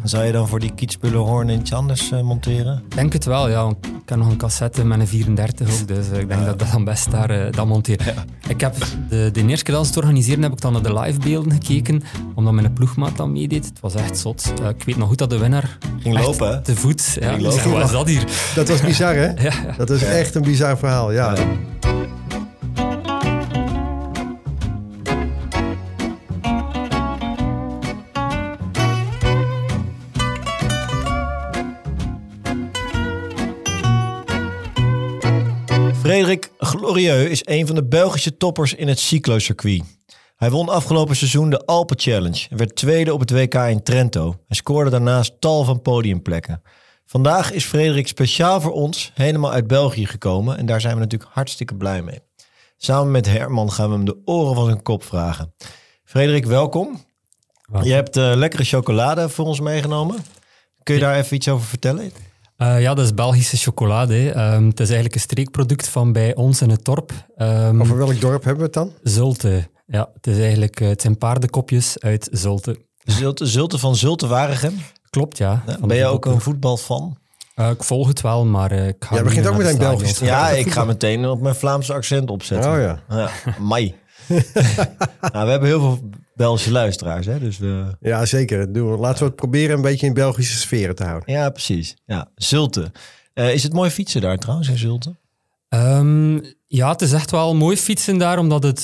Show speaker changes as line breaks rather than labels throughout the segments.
Zou je dan voor die Kitzbühler iets anders monteren?
Ik denk het wel, ja. Want ik heb nog een cassette met een 34 ook, dus ik denk dat ik dat dan best daar monteer. Ja. Ik heb de eerste keer dat ze het organiseren, heb ik dan naar de livebeelden gekeken, omdat mijn ploegmaat dan meedeed. Het was echt zot. Ik weet nog goed dat de winnaar
ging lopen, hè?
Te voet. Ja.
Wat
is dat hier?
Dat was bizar, hè?
Ja.
Dat is echt een bizar verhaal, ja.
Frederik Glorieux is een van de Belgische toppers in het cyclocircuit. Hij won afgelopen seizoen de Alpen Challenge en werd tweede op het WK in Trento. Hij scoorde daarnaast tal van podiumplekken. Vandaag is Frederik speciaal voor ons helemaal uit België gekomen en daar zijn we natuurlijk hartstikke blij mee. Samen met Herman gaan we hem de oren van zijn kop vragen. Frederik, welkom. Je hebt lekkere chocolade voor ons meegenomen. Kun je daar even iets over vertellen?
Ja, dat is Belgische chocolade. Het is eigenlijk een streekproduct van bij ons in het dorp.
Over welk dorp hebben we het dan?
Zulte. Ja, het zijn paardenkopjes uit Zulte.
Zulte van Zulte-Waregem?
Klopt, ja.
Ben je ook een voetbalfan?
Ik volg het wel, maar ik ga...
Jij begint ook meteen Belgisch.
Ja, ik ga meteen op mijn Vlaamse accent opzetten.
Oh ja.
Mai. Nou, we hebben heel veel Belgische luisteraars, hè? Dus
ja, zeker. Laten we het proberen een beetje in Belgische sferen te houden.
Ja, precies. Ja, Zulte. Is het mooi fietsen daar trouwens in Zulte?
Ja, het is echt wel mooi fietsen daar, omdat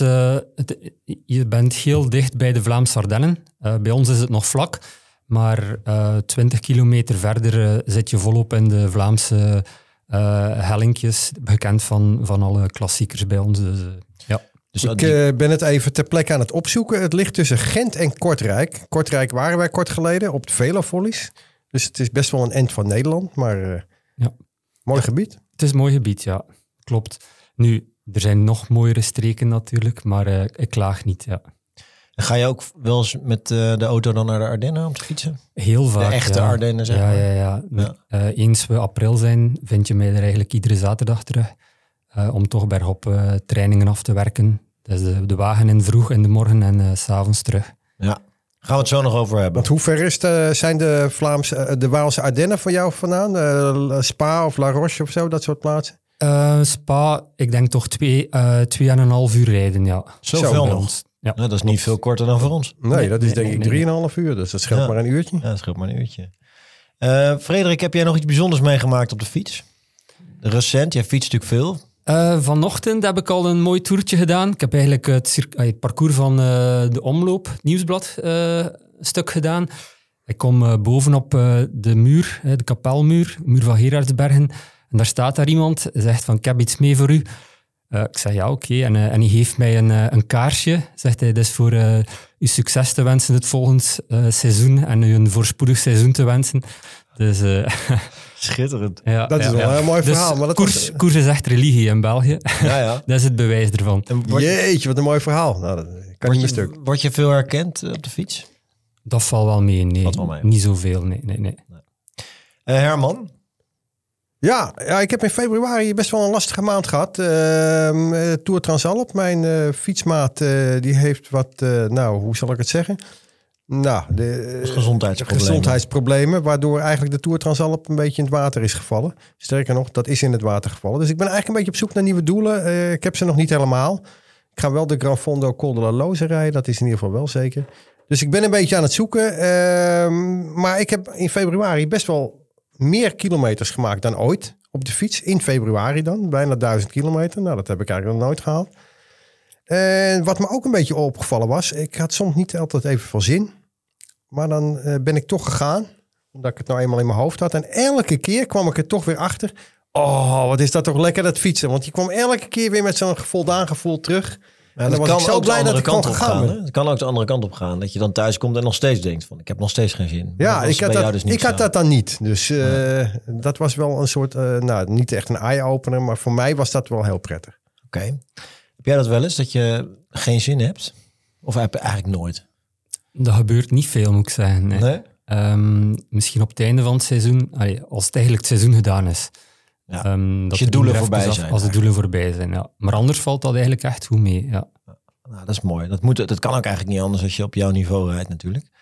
je bent heel dicht bij de Vlaamse Ardennen. Bij ons is het nog vlak, maar 20 kilometer verder zit je volop in de Vlaamse hellinkjes, bekend van alle klassiekers bij ons. Dus, ja.
Dus ik ben het even ter plekke aan het opzoeken. Het ligt tussen Gent en Kortrijk. Kortrijk waren wij kort geleden op de Velofollies. Dus het is best wel een end van Nederland, maar mooi gebied.
Het is een mooi gebied, ja. Klopt. Nu, er zijn nog mooiere streken natuurlijk, maar ik klaag niet, ja.
Ga je ook wel eens met de auto dan naar de Ardennen om te fietsen?
Heel vaak,
de echte Ardennen, zeg maar.
Ja. Eens we april zijn, vind je mij er eigenlijk iedere zaterdag terug. Om toch bergop trainingen af te werken. Dus de wagen in vroeg in de morgen en 's avonds terug.
Ja, gaan we het zo nog over hebben.
Want hoe ver zijn de Waalse Ardennen voor jou vandaan? Spa of La Roche of zo, dat soort plaatsen?
Spa, ik denk toch 2,5 uur rijden, ja.
Zoveel nog? Ja. Nou, dat is niet veel korter dan voor ons.
Nee, dat is denk ik 3,5 uur. Dus dat scheelt maar een uurtje.
Ja, dat scheelt maar een uurtje. Frederik, heb jij nog iets bijzonders meegemaakt op de fiets? Recent, jij fietst natuurlijk veel.
Vanochtend heb ik al een mooi toertje gedaan. Ik heb eigenlijk het parcours van de Omloop, Nieuwsblad, stuk gedaan. Ik kom bovenop de muur, de kapelmuur, muur van Gerardsbergen. En daar staat daar iemand, zegt van, ik heb iets mee voor u. Ik zeg, ja, oké. En hij geeft mij een kaarsje. Zegt hij, dus voor u succes te wensen het volgend seizoen en u een voorspoedig seizoen te wensen. Dus...
Schitterend.
Ja,
dat is wel een mooi verhaal.
Dus
maar dat
koers is echt religie in België.
Ja.
Dat is het bewijs ervan.
Jeetje, wat een mooi verhaal. Nou, dat kan niet meer stuk.
Word je veel herkend op de fiets?
Dat valt wel mee, nee. Niet zoveel, nee.
Herman?
Ja, ik heb in februari best wel een lastige maand gehad. Tour Transalp, mijn fietsmaat, die heeft wat, hoe zal ik het zeggen? Gezondheidsproblemen, waardoor eigenlijk de Tour Transalp een beetje in het water is gevallen. Sterker nog, dat is in het water gevallen. Dus ik ben eigenlijk een beetje op zoek naar nieuwe doelen. Ik heb ze nog niet helemaal. Ik ga wel de Gran Fondo Col de la Loze rijden, dat is in ieder geval wel zeker. Dus ik ben een beetje aan het zoeken. Maar ik heb in februari best wel meer kilometers gemaakt dan ooit op de fiets. In februari dan, bijna 1000 kilometer. Nou, dat heb ik eigenlijk nog nooit gehaald. En wat me ook een beetje opgevallen was, ik had soms niet altijd even veel zin. Maar dan ben ik toch gegaan, omdat ik het nou eenmaal in mijn hoofd had. En elke keer kwam ik er toch weer achter. Oh, wat is dat toch lekker, dat fietsen. Want je kwam elke keer weer met zo'n voldaan gevoel terug.
Ja, dat kan ook de andere kant op gaan. Het kan ook de andere kant op gaan. Dat je dan thuis komt en nog steeds denkt van, ik heb nog steeds geen zin.
Ja, ik had dat dan niet. Dus dat was wel een soort, niet echt een eye-opener. Maar voor mij was dat wel heel prettig.
Oké. Heb jij dat wel eens, dat je geen zin hebt? Of heb je eigenlijk nooit?
Dat gebeurt niet veel, moet ik zeggen.
Nee?
Misschien op het einde van het seizoen, als het eigenlijk het seizoen gedaan is.
Ja. Als je doelen voorbij zijn.
Als de doelen voorbij zijn, ja. Maar anders valt dat eigenlijk echt goed mee, ja.
Nou, dat is mooi. Dat kan ook eigenlijk niet anders als je op jouw niveau rijdt natuurlijk.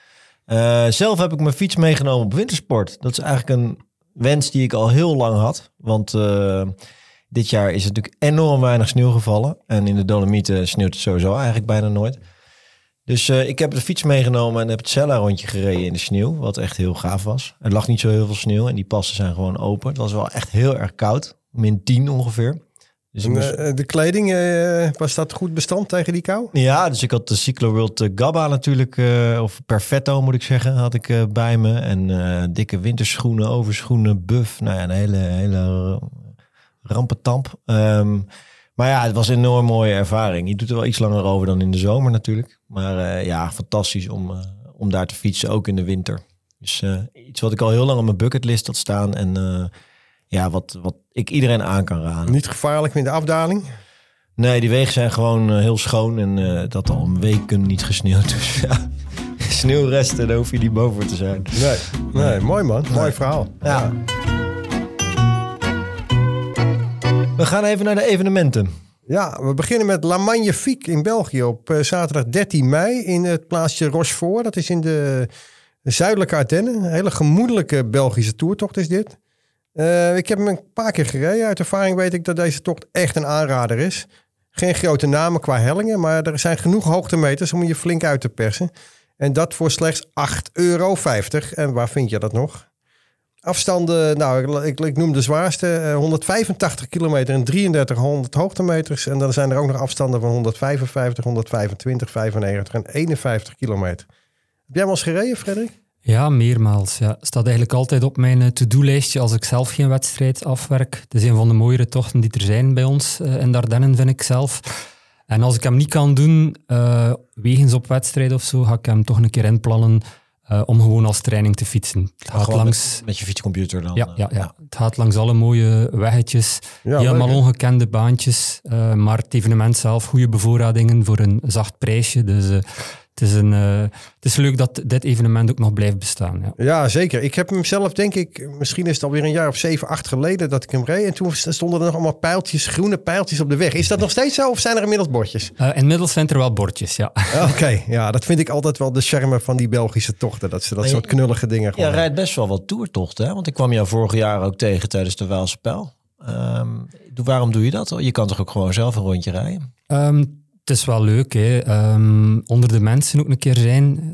Zelf heb ik mijn fiets meegenomen op wintersport. Dat is eigenlijk een wens die ik al heel lang had. Want dit jaar is het natuurlijk enorm weinig sneeuw gevallen. En in de Dolomieten sneeuwt het sowieso eigenlijk bijna nooit. Dus ik heb de fiets meegenomen en heb het Sella-rondje gereden in de sneeuw. Wat echt heel gaaf was. Er lag niet zo heel veel sneeuw en die passen zijn gewoon open. Het was wel echt heel erg koud. -10 ongeveer. Dus
de kleding, was dat goed bestand tegen die kou?
Ja, dus ik had de Cyclo World Gabba natuurlijk, of Perfetto moet ik zeggen, had ik bij me. En dikke winterschoenen, overschoenen, buff. Nou ja, een hele rampentamp. Maar ja, het was een enorm mooie ervaring. Je doet er wel iets langer over dan in de zomer natuurlijk. Maar ja, fantastisch om daar te fietsen, ook in de winter. Dus iets wat ik al heel lang op mijn bucketlist had staan. En ja, wat ik iedereen aan kan raden.
Niet gevaarlijk met de afdaling?
Nee, die wegen zijn gewoon heel schoon. En dat al een week niet gesneeuwd. Dus ja, sneeuwresten, daar hoef je niet boven te zijn.
Nee, mooi man. Mooi verhaal.
Ja. We gaan even naar de evenementen.
Ja, we beginnen met La Magnifique in België op zaterdag 13 mei in het plaatsje Rochefort. Dat is in de zuidelijke Ardennen. Een hele gemoedelijke Belgische toertocht is dit. Ik heb hem een paar keer gereden. Uit ervaring weet ik dat deze tocht echt een aanrader is. Geen grote namen qua hellingen, maar er zijn genoeg hoogtemeters om je flink uit te persen. En dat voor slechts €8,50. En waar vind je dat nog? Afstanden, nou, ik noem de zwaarste. 185 kilometer en 3300 hoogtemeters. En dan zijn er ook nog afstanden van 155, 125, 95 en 51 kilometer. Heb jij hem al eens gereden, Frederik?
Ja, meermaals. Ja. Staat eigenlijk altijd op mijn to-do-lijstje als ik zelf geen wedstrijd afwerk. Het is een van de mooiere tochten die er zijn bij ons in de Ardennen, vind ik zelf. En als ik hem niet kan doen, wegens op wedstrijd of zo, ga ik hem toch een keer inplannen om gewoon als training te fietsen. Het gaat langs...
met je fietscomputer dan?
Ja. Het gaat langs alle mooie weggetjes, helemaal
leuk,
ongekende baantjes. Maar het evenement zelf, goede bevoorradingen voor een zacht prijsje. Dus het is leuk dat dit evenement ook nog blijft bestaan. Ja.
Ja, zeker. Ik heb hem zelf, denk ik, misschien is het alweer een jaar of 7, 8 geleden dat ik hem reed. En toen stonden er nog allemaal pijltjes, groene pijltjes op de weg. Is dat nog steeds zo of zijn er inmiddels bordjes?
Inmiddels zijn er wel bordjes, ja.
Oké, ja, dat vind ik altijd wel de charme van die Belgische tochten. Dat ze dat soort knullige dingen gewoon...
Ja, rijdt best wel wat toertochten, hè? Want ik kwam jou vorig jaar ook tegen tijdens de Waalse Pijl. Waarom doe je dat? Je kan toch ook gewoon zelf een rondje rijden?
Het is wel leuk, hè. Onder de mensen ook een keer zijn.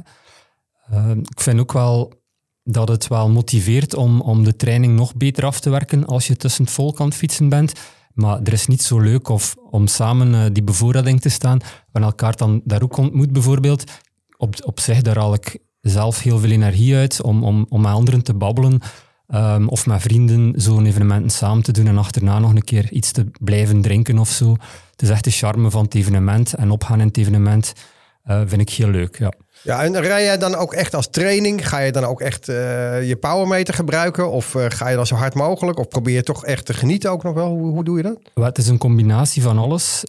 Ik vind ook wel dat het wel motiveert om de training nog beter af te werken als je tussen het volk aan het fietsen bent. Maar er is niet zo leuk om samen die bevoorrading te staan. We elkaar dan daar ook ontmoet bijvoorbeeld. Op zich, daar haal ik zelf heel veel energie uit om met anderen te babbelen. Of met vrienden zo'n evenementen samen te doen en achterna nog een keer iets te blijven drinken of zo. Het is echt de charme van het evenement en opgaan in het evenement vind ik heel leuk, ja.
Ja, en rij jij dan ook echt als training? Ga je dan ook echt je powermeter gebruiken? Of ga je dan zo hard mogelijk? Of probeer je toch echt te genieten ook nog wel? Hoe doe je dat?
Het is een combinatie van alles.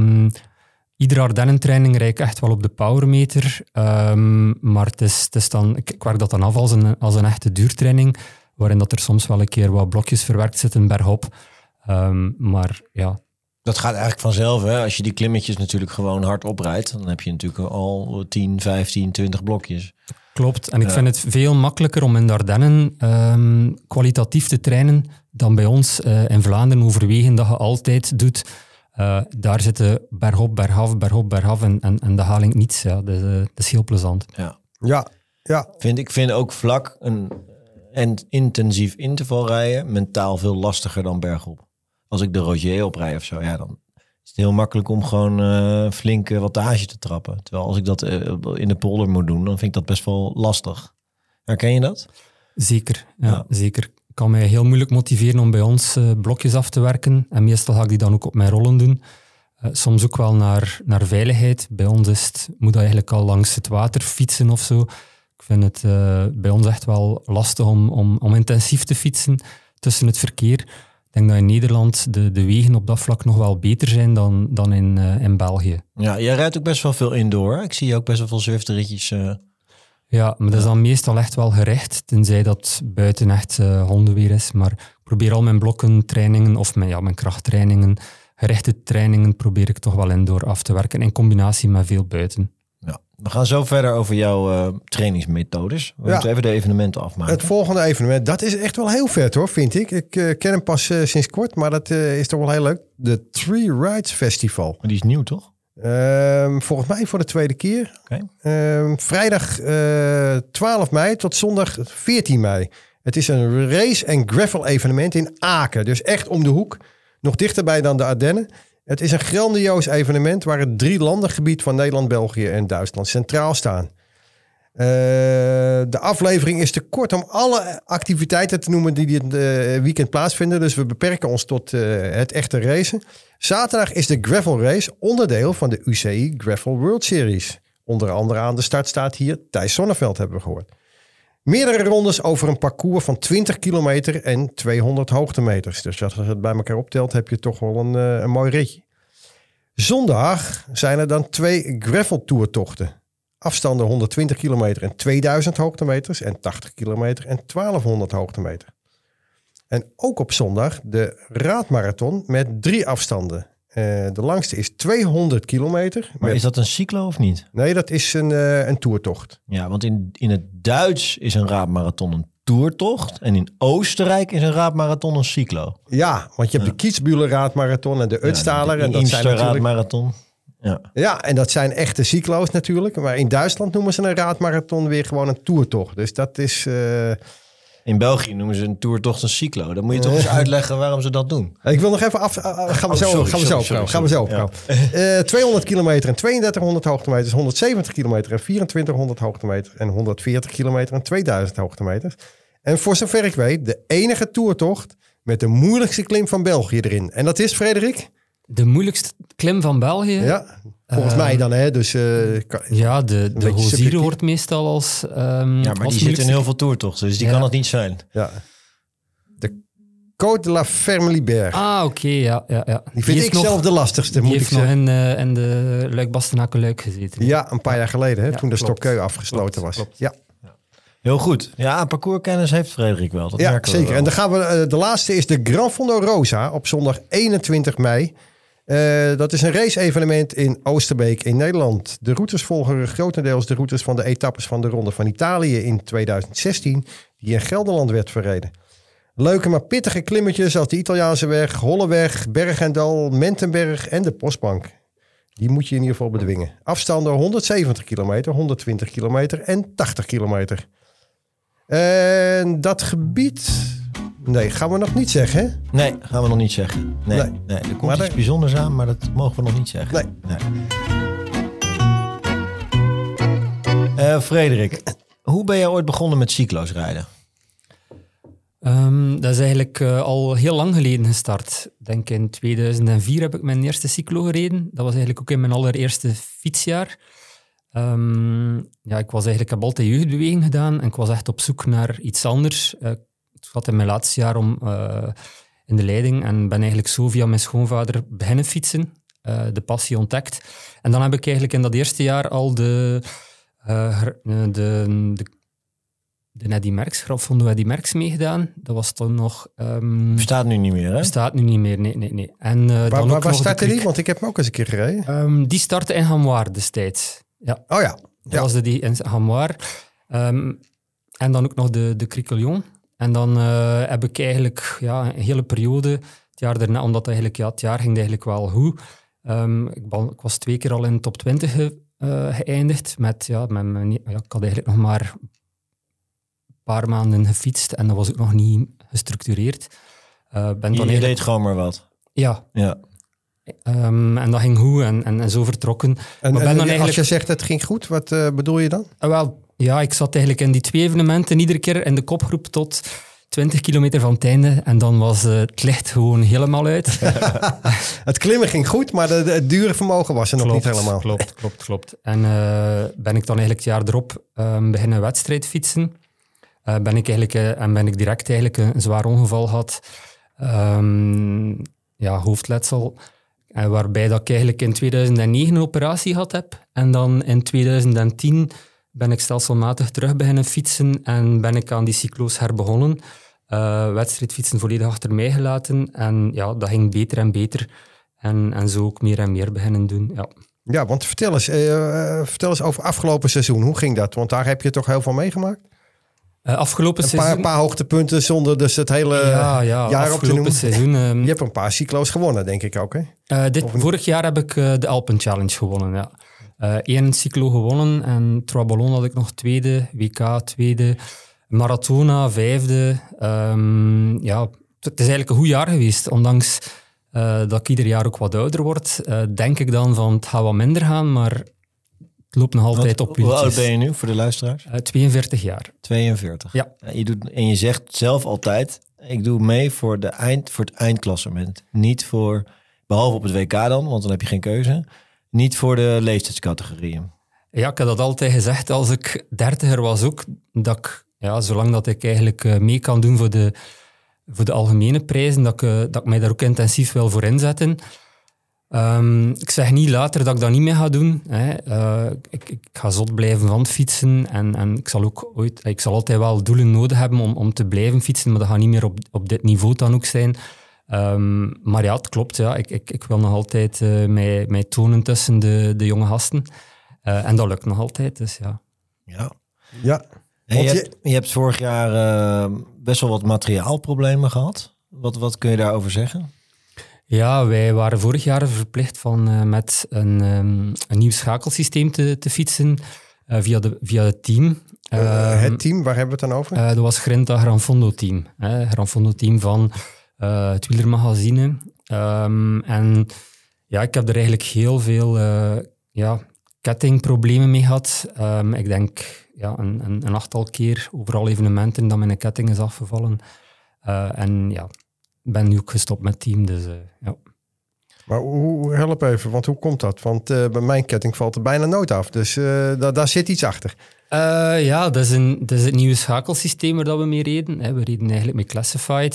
Iedere Ardennentraining rijd ik echt wel op de powermeter. Maar het is dan, ik werk dat dan af als een echte duurtraining, waarin dat er soms wel een keer wat blokjes verwerkt zitten bergop. Maar ja...
Dat gaat eigenlijk vanzelf, hè? Als je die klimmetjes natuurlijk gewoon hard oprijdt, dan heb je natuurlijk al 10, 15, 20 blokjes.
Klopt. En ik vind het veel makkelijker om in de Ardennen kwalitatief te trainen dan bij ons in Vlaanderen overwegen dat je altijd doet. Daar zitten bergop, bergaf en de haling niets. Ja. Dat is heel plezant.
Ja.
Ik vind ook vlak en intensief interval rijden mentaal veel lastiger dan bergop. Als ik de Rogier oprij of zo, ja, dan is het heel makkelijk om gewoon flink wattage te trappen. Terwijl als ik dat in de polder moet doen, dan vind ik dat best wel lastig. Herken je dat?
Zeker, ja. Zeker. Ik kan mij heel moeilijk motiveren om bij ons blokjes af te werken. En meestal ga ik die dan ook op mijn rollen doen. Soms ook wel naar veiligheid. Bij ons moet dat eigenlijk al langs het water fietsen of zo. Ik vind het bij ons echt wel lastig om intensief te fietsen tussen het verkeer. Ik denk dat in Nederland de wegen op dat vlak nog wel beter zijn dan in België. Ja,
jij rijdt ook best wel veel indoor. Hè? Ik zie je ook best wel veel Zwift-ritjes.
Ja, maar dat is dan meestal echt wel gericht, tenzij dat buiten echt hondenweer is. Maar ik probeer al mijn blokkentrainingen of mijn krachttrainingen, gerichte trainingen probeer ik toch wel indoor af te werken in combinatie met veel buiten.
Ja. We gaan zo verder over jouw trainingsmethodes. We moeten even de evenementen afmaken.
Het volgende evenement, dat is echt wel heel vet hoor, vind ik. Ik ken hem pas sinds kort, maar dat is toch wel heel leuk. De Three Rides Festival.
Maar die is nieuw, toch?
Volgens mij voor de tweede keer.
Okay.
Vrijdag 12 mei tot zondag 14 mei. Het is een race- en gravel evenement in Aken. Dus echt om de hoek. Nog dichterbij dan de Ardennen. Het is een grandioos evenement waar het 3 landengebied van Nederland, België en Duitsland centraal staan. De aflevering is te kort om alle activiteiten te noemen die dit weekend plaatsvinden. Dus we beperken ons tot het echte racen. Zaterdag is de gravel race onderdeel van de UCI Gravel World Series. Onder andere aan de start staat hier Thijs Sonneveld, hebben we gehoord. Meerdere rondes over een parcours van 20 kilometer en 200 hoogtemeters. Dus als je het bij elkaar optelt, heb je toch wel een mooi ritje. Zondag zijn er dan 2 gravel toertochten. Afstanden 120 kilometer en 2000 hoogtemeters en 80 kilometer en 1200 hoogtemeter. En ook op zondag de raadmarathon met 3 afstanden. De langste is 200 kilometer.
Maar is dat een cyclo of niet?
Nee, dat is een toertocht.
Ja, want in het Duits is een raadmarathon een toertocht. En in Oostenrijk is een raadmarathon een cyclo.
Ja, want je hebt de Kitzbühel raadmarathon en de Ötztaler.
De Imster raadmarathon.
Ja, en dat zijn echte cyclo's natuurlijk. Maar in Duitsland noemen ze een raadmarathon weer gewoon een toertocht. Dus dat is...
In België noemen ze een toertocht een cyclo. Dan moet je toch eens uitleggen waarom ze dat doen.
Ik wil nog even gaan we zo. 200 kilometer en 3200 hoogtemeters, 170 kilometer en 2400 hoogtemeter en 140 kilometer en 2000 hoogtemeters. En voor zover ik weet, de enige toertocht met de moeilijkste klim van België erin. En dat is, Frederik?
De moeilijkste klim van België?
Ja, volgens mij dan. Hè? Dus,
ja, de Hozier wordt meestal als...
ja, maar die zit in heel veel toertochten, dus die kan het niet zijn.
Ja. De Côte de la Ferme-Libère.
Ah, oké, ja.
Die vind ik zelf de lastigste, moet ik zeggen.
Die heeft nog in de Luik-Bastenaken-Luik gezeten.
Ja, een paar jaar geleden, hè, toen de Stokkeu afgesloten was.
Klopt.
Ja.
Heel goed. Ja, parcourskennis heeft Frederik wel. Dat
ja,
merken we
zeker.
wel.
En dan gaan we. De laatste is de Gran Fondo Rosa op zondag 21 mei. Dat is een race-evenement in Oosterbeek in Nederland. De routes volgen grotendeels de routes van de etappes van de Ronde van Italië in 2016, die in Gelderland werd verreden. Leuke maar pittige klimmetjes als de Italiaanse weg, Holleweg, Berg en Dal, Mentenberg en de Postbank. Die moet je in ieder geval bedwingen. Afstanden 170 kilometer, 120 kilometer en 80 kilometer. En dat gebied... Nee, gaan we nog niet zeggen, hè?
Nee, gaan we nog niet zeggen. Nee. Er komt maar iets bijzonders aan, maar dat mogen we nog niet zeggen. Nee. Frederik, hoe ben jij ooit begonnen met cyclo's rijden?
Dat is eigenlijk al heel lang geleden gestart. Ik denk in 2004 heb ik mijn eerste cyclo gereden. Dat was eigenlijk ook in mijn allereerste fietsjaar. Ik heb altijd jeugdbeweging gedaan en ik was echt op zoek naar iets anders. Ik zat in mijn laatste jaar in de leiding en ben eigenlijk zo via mijn schoonvader beginnen fietsen. De passie ontdekt. En dan heb ik eigenlijk in dat eerste jaar al de Eddy Merckx, Gran Fondo Eddy Merckx meegedaan. Dat was toen nog...
Bestaat nu niet meer, hè?
Bestaat nu niet meer, nee. En,
waar startte die? Want ik heb hem ook eens een keer gereden.
Die startte in Hamoir destijds. Ja.
Oh ja.
Dat was die in Hamoir. En dan ook nog de Criquelion. En dan heb ik eigenlijk een hele periode, het jaar daarna, omdat het jaar ging eigenlijk wel goed. Ik was 2 keer al in de top 20 geëindigd. Ik had eigenlijk nog maar een paar maanden gefietst en dat was ook nog niet gestructureerd.
Je deed gewoon maar wat.
Ja. En dat ging goed en zo vertrokken.
Als je zegt het ging goed, wat bedoel je dan?
Ik zat eigenlijk in die 2 evenementen iedere keer in de kopgroep tot 20 kilometer van het einde. En dan was het licht gewoon helemaal uit.
Het klimmen ging goed, maar het dure vermogen was er nog niet helemaal.
Klopt. En ben ik dan eigenlijk het jaar erop beginnen wedstrijdfietsen. Ben ik direct eigenlijk een zwaar ongeval gehad. Hoofdletsel. Waarbij dat ik eigenlijk in 2009 een operatie gehad heb. En dan in 2010 ben ik stelselmatig terug beginnen fietsen en ben ik aan die cyclo's herbegonnen. Wedstrijdfietsen volledig achter mij gelaten. En ja, dat ging beter en beter. En zo ook meer en meer beginnen doen. Ja.
Ja, want vertel eens over afgelopen seizoen. Hoe ging dat? Want daar heb je toch heel veel meegemaakt?
Afgelopen
Een
seizoen...
paar hoogtepunten zonder dus het hele jaar op te noemen.
Seizoen,
je hebt een paar cyclo's gewonnen, denk ik ook, hè?
Vorig jaar heb ik de Alpen Challenge gewonnen, ja. 1 cyclo gewonnen en Traballon had ik nog tweede, WK tweede, Marathona vijfde. Het is eigenlijk een goed jaar geweest, ondanks dat ik ieder jaar ook wat ouder word. Denk ik dan van het gaat wat minder gaan, maar het loopt nog altijd op wieltjes.
Hoe oud ben je nu voor de luisteraars?
42 jaar.
42.
Ja.
En je zegt zelf altijd, ik doe mee voor het eindklassement. Niet voor, behalve op het WK dan, want dan heb je geen keuze. Niet voor de leeftijdscategorieën.
Ja, ik heb dat altijd gezegd als ik 30er was ook, dat ik, zolang dat ik eigenlijk mee kan doen voor de algemene prijzen, dat ik mij daar ook intensief wil voor inzetten. Ik zeg niet later dat ik dat niet meer ga doen. Hè. Ik ga zot blijven van het fietsen en ik zal altijd wel doelen nodig hebben om te blijven fietsen, maar dat gaat niet meer op dit niveau dan ook zijn. Maar ja, het klopt. Ja. Ik wil nog altijd mij tonen tussen de jonge gasten. En dat lukt nog altijd, dus ja.
Ja.
En je hebt vorig jaar best wel wat materiaalproblemen gehad. Wat kun je daarover zeggen?
Ja, wij waren vorig jaar verplicht met een nieuw schakelsysteem te fietsen via het team.
Het team, waar hebben we het dan over?
Dat was Grinta Gran Fondo team. Gran Fondo team van het wielermagazine. En ja, ik heb er eigenlijk heel veel kettingproblemen mee gehad. Ik denk een 8-tal keer overal evenementen dat mijn ketting is afgevallen. En ja, ik ben nu ook gestopt met het team, dus ja.
Maar help even, want hoe komt dat? Want bij mijn ketting valt er bijna nooit af, dus daar zit iets achter.
Dat is het nieuwe schakelsysteem waar we mee reden. We reden eigenlijk met Classified.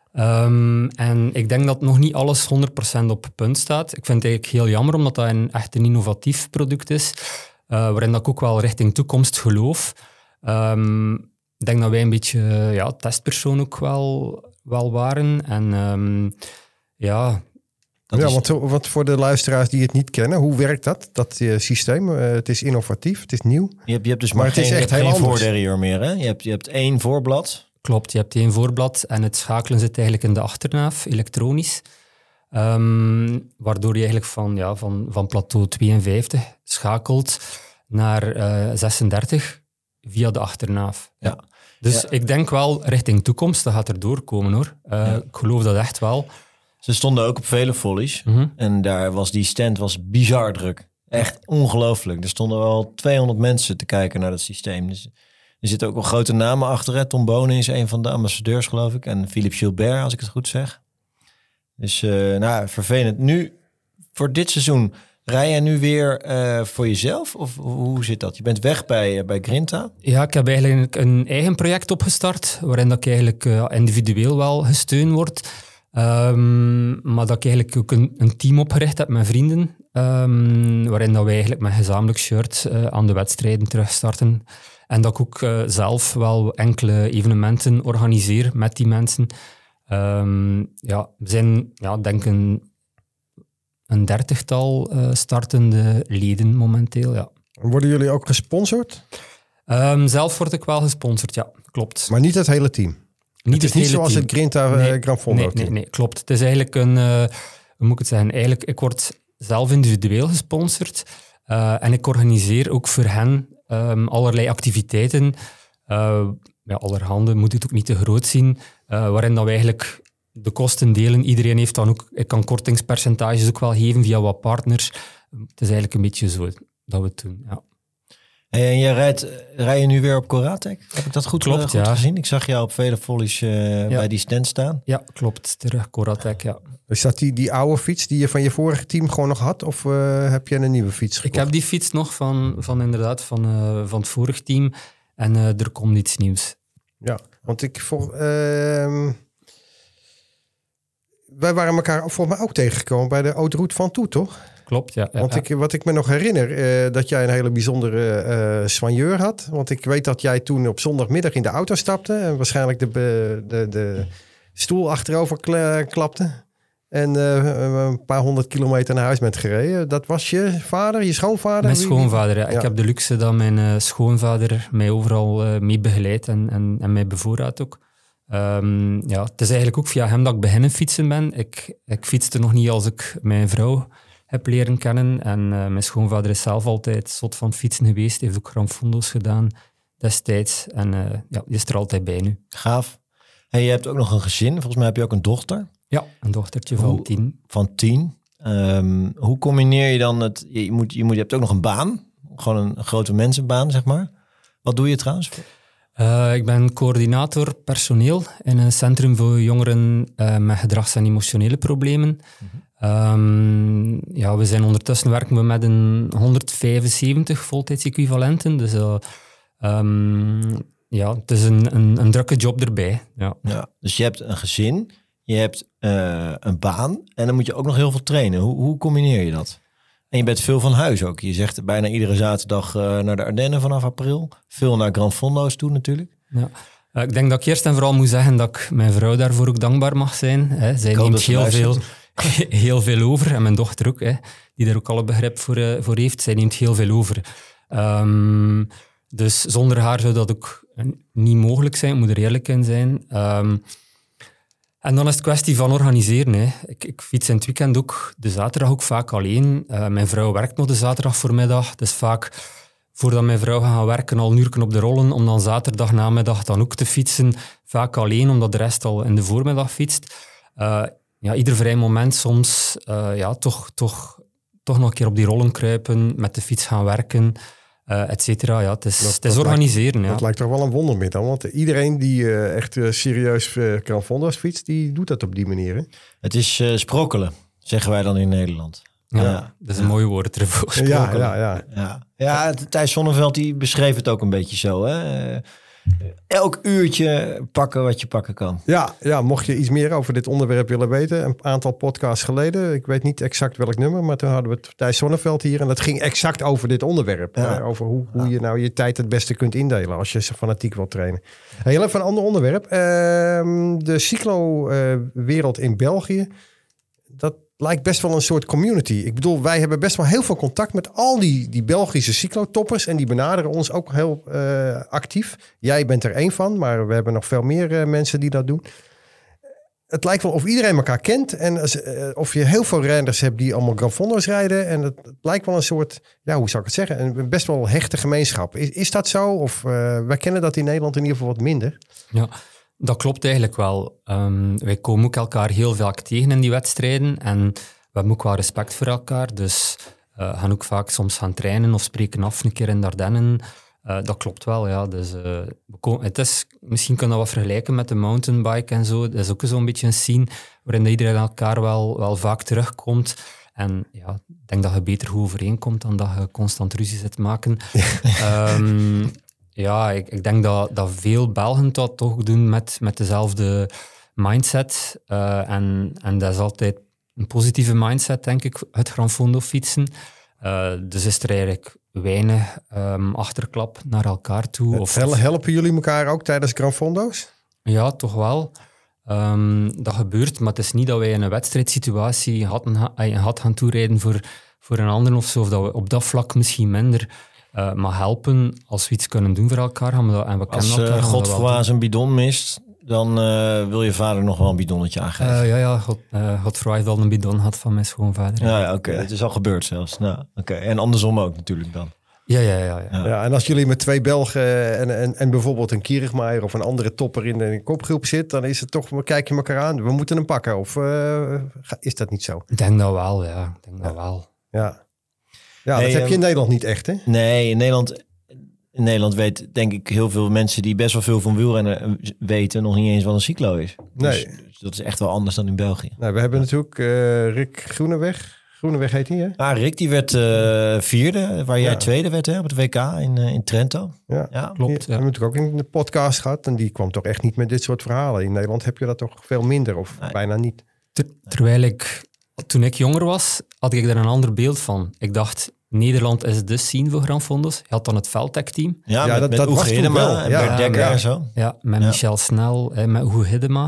En ik denk dat nog niet alles 100% op punt staat. Ik vind het eigenlijk heel jammer, omdat dat echt een innovatief product is, waarin dat ik ook wel richting toekomst geloof. Ik denk dat wij een beetje testpersoon ook wel waren. En
want voor de luisteraars die het niet kennen, hoe werkt dat systeem? Het is innovatief, het is nieuw.
Je hebt dus maar geen voorderieur meer, hè? Je hebt 1 voorblad.
Klopt, je hebt 1 voorblad en het schakelen zit eigenlijk in de achternaaf, elektronisch. Waardoor je eigenlijk van plateau 52 schakelt naar 36 via de achternaaf. Ja. Dus ik denk wel richting toekomst, dat gaat er doorkomen hoor. Ik geloof dat echt wel.
Ze stonden ook op vele follies en daar was die stand bizar druk. Echt ongelooflijk. Er stonden wel 200 mensen te kijken naar dat systeem. Dus er zitten ook wel grote namen achter. Hè? Tom Bonen is een van de ambassadeurs, geloof ik. En Philippe Gilbert, als ik het goed zeg. Dus vervelend. Nu, voor dit seizoen, rij jij nu weer voor jezelf? Of hoe zit dat? Je bent weg bij Grinta? Ja,
ik heb eigenlijk een eigen project opgestart, waarin dat ik eigenlijk individueel wel gesteund word. Maar dat ik eigenlijk ook een team opgericht heb met vrienden, waarin dat wij eigenlijk met gezamenlijk shirt aan de wedstrijden terugstarten. En dat ik ook zelf wel enkele evenementen organiseer met die mensen. We zijn, denk ik, een 30-tal startende leden momenteel, ja.
Worden jullie ook gesponsord?
Zelf word ik wel gesponsord, ja, klopt.
Maar niet het hele team? Het is niet zoals het Grinta Gran Fondo team?
Nee, klopt. Het is eigenlijk hoe moet ik het zeggen? Eigenlijk, ik word zelf individueel gesponsord en ik organiseer ook voor hen allerlei activiteiten. Allerhande, moet het ook niet te groot zien, waarin dat we eigenlijk de kosten delen. Iedereen heeft dan ook, ik kan kortingspercentages ook wel geven via wat partners. Het is eigenlijk een beetje zo dat we het doen, ja.
En rij je nu weer op Coratec? Heb ik dat goed gezien? Ik zag jou op vele follies bij die stand staan.
Ja, klopt. Terug Coratec, ja.
Is dat die oude fiets die je van je vorige team gewoon nog had? Of heb je een nieuwe fiets gekocht?
Ik heb die fiets nog van het vorige team. En er komt iets nieuws.
Ja, want wij waren elkaar volgens mij ook tegengekomen bij de Haute Route van Toe, toch?
Klopt, ja.
Want wat ik me nog herinner, dat jij een hele bijzondere soigneur had. Want ik weet dat jij toen op zondagmiddag in de auto stapte en waarschijnlijk de stoel achterover klapte. En een paar 100 kilometer naar huis bent gereden. Dat was je vader, je schoonvader?
Mijn schoonvader, ja.
Ja.
Ik heb de luxe dat mijn schoonvader mij overal mee begeleidt en mij bevoorraadt ook. Het is eigenlijk ook via hem dat ik beginnen fietsen ben. Ik fietste nog niet als ik mijn vrouw heb leren kennen. En mijn schoonvader is zelf altijd zot van het fietsen geweest. Heeft ook Gran Fondo's gedaan destijds. En die is er altijd bij nu.
Gaaf. En je hebt ook nog een gezin. Volgens mij heb je ook een dochter.
Ja, een dochtertje van 10.
Van 10. Hoe combineer je dan het... Je hebt ook nog een baan. Gewoon een grote mensenbaan, zeg maar. Wat doe je trouwens?
Ik ben coördinator personeel in een centrum voor jongeren met gedrags- en emotionele problemen. We zijn ondertussen werken we met een 175 voltijdsequivalenten. Dus het is een drukke job erbij. Ja.
Dus je hebt een gezin, je hebt een baan en dan moet je ook nog heel veel trainen. Hoe combineer je dat? En je bent veel van huis ook. Je zegt bijna iedere zaterdag naar de Ardennen vanaf april. Veel naar Gran Fondo's toe natuurlijk.
Ja. Ik denk dat ik eerst en vooral moet zeggen dat ik mijn vrouw daarvoor ook dankbaar mag zijn. Hè. Zij neemt heel veel over. En mijn dochter ook, hè, die daar ook alle begrip voor heeft. Zij neemt heel veel over. Dus zonder haar zou dat ook niet mogelijk zijn. Ik moet er eerlijk in zijn. En dan is het kwestie van organiseren. Hè. Ik fiets in het weekend ook, de zaterdag ook vaak alleen. Mijn vrouw werkt nog de zaterdag voormiddag. Dus vaak, voordat mijn vrouw gaat gaan werken, al een uur op de rollen, om dan zaterdag namiddag dan ook te fietsen. Vaak alleen, omdat de rest al in de voormiddag fietst. Ieder vrij moment soms toch nog een keer op die rollen kruipen, met de fiets gaan werken, et cetera. Ja, het is organiseren.
Dat lijkt toch wel een wondermiddel, want iedereen die echt serieus Gran Fondo's fietst, die doet dat op die manier. Hè?
Het is sprokkelen, zeggen wij dan in Nederland.
Ja, dat is een mooi woord ervoor.
Ja, Thijs Sonneveld die beschreef het ook een beetje zo. Hè? Elk uurtje pakken wat je pakken kan.
Ja, mocht je iets meer over dit onderwerp willen weten, een aantal podcasts geleden, ik weet niet exact welk nummer, maar toen hadden we Thijs Sonneveld hier en dat ging exact over dit onderwerp.
Ja.
Over hoe je nou je tijd het beste kunt indelen als je fanatiek wilt trainen. Heel even een ander onderwerp. De cyclo-wereld in België, dat lijkt best wel een soort community. Ik bedoel, wij hebben best wel heel veel contact met al die Belgische cyclotoppers en die benaderen ons ook heel actief. Jij bent er één van, maar we hebben nog veel meer mensen die dat doen. Het lijkt wel of iedereen elkaar kent en of je heel veel renners hebt die allemaal Gran Fondo's rijden. En het lijkt wel een soort, hoe zou ik het zeggen, een best wel hechte gemeenschap. Is dat zo? Of wij kennen dat in Nederland in ieder geval wat minder.
Ja. Dat klopt eigenlijk wel. Wij komen ook elkaar heel vaak tegen in die wedstrijden en we hebben ook wel respect voor elkaar. Dus gaan ook vaak soms gaan trainen of spreken af een keer in de Ardennen. Dat klopt wel, ja. Dus, misschien kan dat wat vergelijken met de mountainbike en zo. Dat is ook zo'n beetje een scene waarin iedereen elkaar wel vaak terugkomt. En ja, ik denk dat je beter goed overeenkomt dan dat je constant ruzie zit maken. Ik denk dat veel Belgen dat toch doen met dezelfde mindset. En dat is altijd een positieve mindset, denk ik, het Gran Fondo fietsen. Dus is er eigenlijk weinig achterklap naar elkaar toe.
Helpen jullie elkaar ook tijdens Gran Fondo's?
Ja, toch wel. Dat gebeurt, maar het is niet dat wij in een wedstrijdsituatie had gaan toerijden voor een ander of zo, of dat we op dat vlak misschien minder... maar helpen, als we iets kunnen doen voor elkaar. En we
als Godfroy een bidon mist, dan wil je vader nog wel een bidonnetje aangeven.
Godfroy heeft al een bidon gehad van mijn schoonvader.
Ja, oké. Het is al gebeurd zelfs. Nou, oké. En andersom ook natuurlijk dan.
Ja, en als jullie met 2 Belgen en bijvoorbeeld een Kierigmaier of een andere topper in de kopgroep zit, dan is het toch, kijk je elkaar aan, we moeten hem pakken. Of is dat niet zo?
Ik denk dat wel, ja. Ik denk dat wel.
Ja. Ja, dat heb je in Nederland niet echt, hè?
Nee, in Nederland weet denk ik heel veel mensen die best wel veel van wielrennen weten nog niet eens wat een cyclo is. Dus dat is echt wel anders dan in België.
Nou, we hebben natuurlijk Rick Groeneweg. Groeneweg heet hij, hè?
Rick die werd 4e, waar jij 2e werd hè, op het WK in Trento.
Ja, klopt. We hebben natuurlijk ook in de podcast gehad en die kwam toch echt niet met dit soort verhalen. In Nederland heb je dat toch veel minder of bijna niet.
Terwijl toen ik jonger was, had ik daar een ander beeld van. Ik dacht, Nederland is de scene voor Gran Fondo's. Je had dan het Veldtech-team.
Ja, met Oege Hiddema en Bert Dekker en zo.
Ja, met Michel Snel, met Oege Hiddema.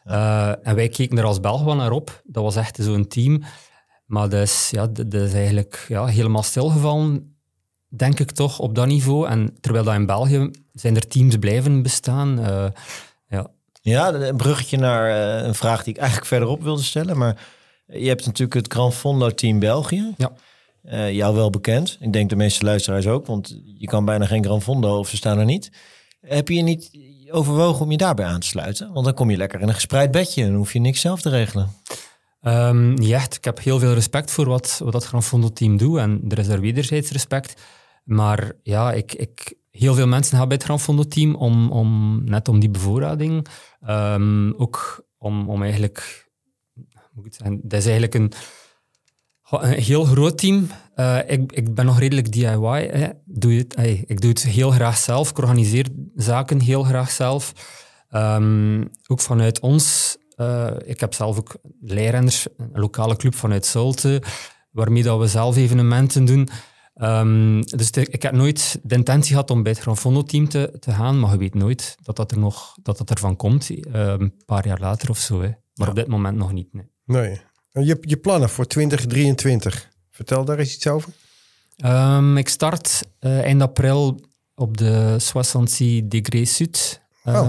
En wij keken er als Belg wel naar op. Dat was echt zo'n team. Maar dat is eigenlijk helemaal stilgevallen, denk ik toch, op dat niveau. En terwijl dat in België zijn er teams blijven bestaan.
Ja, een bruggetje naar een vraag die ik eigenlijk verderop wilde stellen. Maar je hebt natuurlijk het Gran Fondo Team België.
Ja.
Jou wel bekend. Ik denk de meeste luisteraars ook, want je kan bijna geen Gran Fondo of ze staan er niet. Heb je niet overwogen om je daarbij aan te sluiten? Want dan kom je lekker in een gespreid bedje en dan hoef je niks zelf te regelen.
Niet echt. Ik heb heel veel respect voor wat dat Gran Fondo team doet en er is daar wederzijds respect. Maar ja, heel veel mensen gaan bij het Gran Fondo team om die bevoorrading. Ook om eigenlijk, moet ik het zeggen, dat is eigenlijk een heel groot team. Ik ben nog redelijk DIY. Ik doe het heel graag zelf. Ik organiseer zaken heel graag zelf. Ook vanuit ons. Ik heb zelf ook leirrenners, een lokale club vanuit Zulte, waarmee dat we zelf evenementen doen. Dus ik heb nooit de intentie gehad om bij het Gran Fondo team te gaan, maar je weet nooit dat ervan komt, een paar jaar later of zo. Hè. Maar op dit moment nog niet.
Nee. Je plannen voor 2023. Vertel daar eens iets over.
Ik start eind april op de 66 Degrés Sud.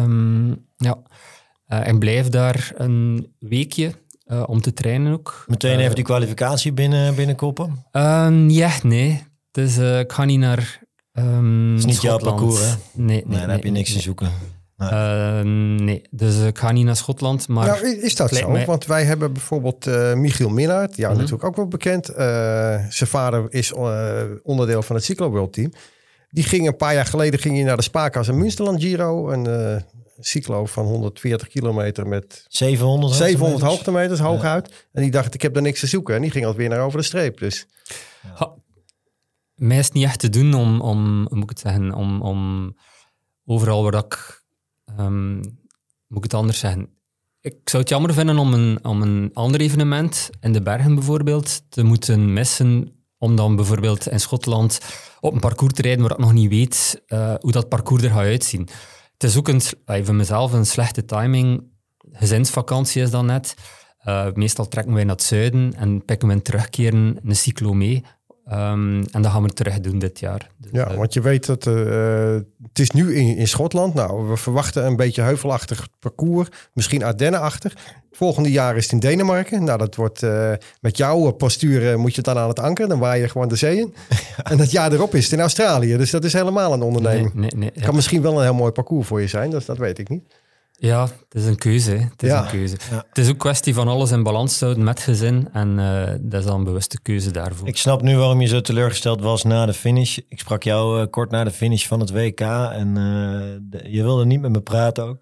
En blijf daar een weekje om te trainen ook.
Meteen even die kwalificatie binnenkoppen?
Nee. Dus ik ga niet naar
Het is niet jouw
Schotland.
parcours, hè?
Nee,
daar heb je niks te zoeken.
Nee, dus ik ga niet naar Schotland. Maar
nou, is dat zo? Want wij hebben bijvoorbeeld Michiel Minnaert, jou natuurlijk ook wel bekend. Zijn vader is onderdeel van het Cyclo World Team. Die ging een paar jaar geleden naar de Spaakhaus en Münsterland Giro. Een cyclo van 140 kilometer met 700 hoogtemeters hooguit. En die dacht, ik heb daar niks te zoeken. En die ging alweer naar over de streep. Dus.
Mij is het niet echt te doen om overal waar ik... moet ik het anders zeggen? Ik zou het jammer vinden om een ander evenement in de bergen bijvoorbeeld te moeten missen, om dan bijvoorbeeld in Schotland op een parcours te rijden waar ik nog niet weet hoe dat parcours er gaat uitzien. Het is ook voor mezelf een slechte timing. Gezinsvakantie is dan net. Meestal trekken wij naar het zuiden en pikken we in terugkeren een cyclo mee. En dat gaan we terug doen dit jaar. Dus,
want je weet dat het is nu in Schotland. Nou, we verwachten een beetje heuvelachtig parcours. Misschien Ardennen-achtig. Volgende jaar is het in Denemarken. Nou, dat wordt met jouw postuur moet je het dan aan het anker. Dan waai je gewoon de zee in. En het jaar erop is het in Australië. Dus dat is helemaal een onderneming.
Nee,
kan misschien wel een heel mooi parcours voor je zijn. Dat weet ik niet.
Ja, het is een keuze. Een keuze. Ja. Het is ook een kwestie van alles in balans houden met gezin. En dat is dan een bewuste keuze daarvoor.
Ik snap nu waarom je zo teleurgesteld was na de finish. Ik sprak jou kort na de finish van het WK. En je wilde niet met me praten ook.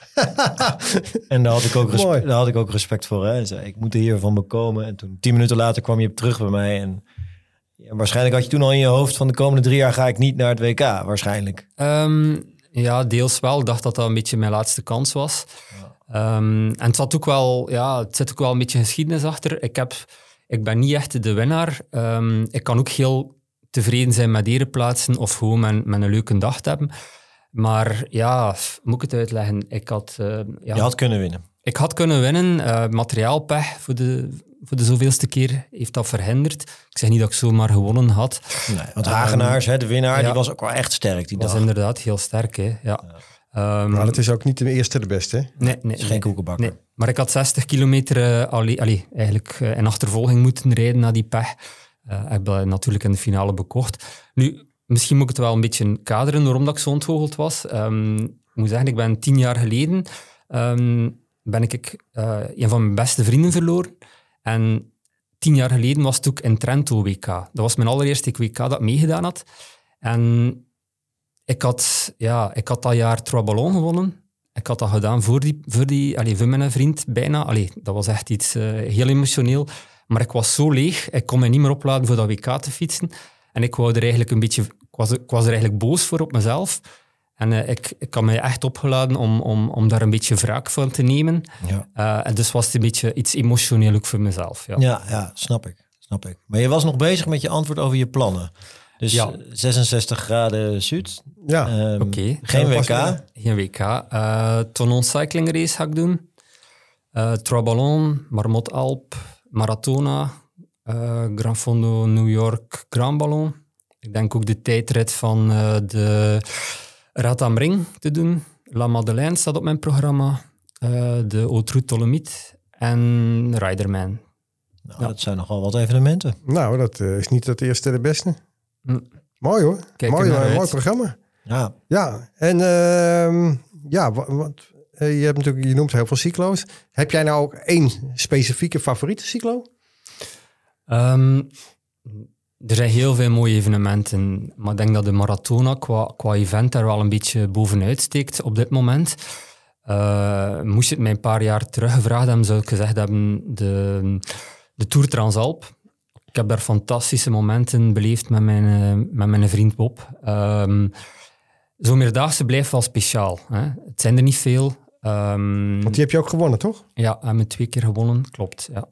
En daar had ik ook respect voor. Hè? Zei, ik moet er hiervan bekomen. En toen 10 minuten later kwam je terug bij mij. En waarschijnlijk had je toen al in je hoofd van de komende 3 jaar ga ik niet naar het WK. Waarschijnlijk.
Ja, deels wel. Ik dacht dat dat een beetje mijn laatste kans was. Ja. En het zit ook wel een beetje geschiedenis achter. Ik ben niet echt de winnaar. Ik kan ook heel tevreden zijn met ereplaatsen of gewoon met een leuke dag te hebben. Maar ja, moet ik het uitleggen? Je
had kunnen winnen.
Ik had kunnen winnen. Materiaalpech voor de zoveelste keer heeft dat verhinderd. Ik zeg niet dat ik zomaar gewonnen had. Nee,
want Hagenaars, de winnaar, die was ook wel echt sterk die dag.
Dat is inderdaad heel sterk, hè. Ja.
Maar het is ook niet de eerste de beste, hè?
Nee.
Het is geen koekenbakker.
Nee. Maar ik had 60 kilometer eigenlijk in achtervolging moeten rijden na die pech. Ik heb dat natuurlijk in de finale bekocht. Nu, misschien moet ik het wel een beetje kaderen waarom dat ik zo ontgoocheld was. Ik moet zeggen, ik ben 10 jaar geleden... ben ik een van mijn beste vrienden verloren. En 10 jaar geleden was het ook in Trento WK. Dat was mijn allereerste WK dat ik meegedaan had. En ik had dat jaar Trois Ballons gewonnen. Ik had dat gedaan voor mijn vriend, bijna. Dat was echt iets heel emotioneel. Maar ik was zo leeg, ik kon me niet meer opladen voor dat WK te fietsen. En ik wou er eigenlijk ik was er eigenlijk boos voor op mezelf. En ik had mij echt opgeladen om daar een beetje wraak van te nemen. Ja. En dus was het een beetje iets emotioneel ook voor mezelf.
Ja, snap ik. Maar je was nog bezig met je antwoord over je plannen. Dus 66 graden Zuid.
Ja, oké.
Geen WK.
Geen WK. Tonon Cycling Race ga ik doen. Trois Ballons, Marmot Alp, Maratona, Gran Fondo New York, Grand Ballon. Ik denk ook de tijdrit van de Rat am Ring te doen. La Madeleine staat op mijn programma. De Haute Dolomite en Riderman.
Nou, dat zijn nogal wat evenementen.
Nou, dat is niet het eerste de beste. Mooi hoor.
Kijk
Mooi programma.
Ja.
Ja, en je hebt natuurlijk, je noemt heel veel cyclo's. Heb jij nou ook één specifieke favoriete cyclo?
Er zijn heel veel mooie evenementen, maar ik denk dat de Maratona qua event daar wel een beetje bovenuit steekt op dit moment. Moest je het mij een paar jaar terug gevraagd hebben, zou ik gezegd hebben de Tour Transalp. Ik heb daar fantastische momenten beleefd met mijn vriend Bob. Zo'n meerdaagse blijft wel speciaal. Hè? Het zijn er niet veel.
Want die heb je ook gewonnen, toch?
Ja, we hebben 2 keer gewonnen, klopt. Ja.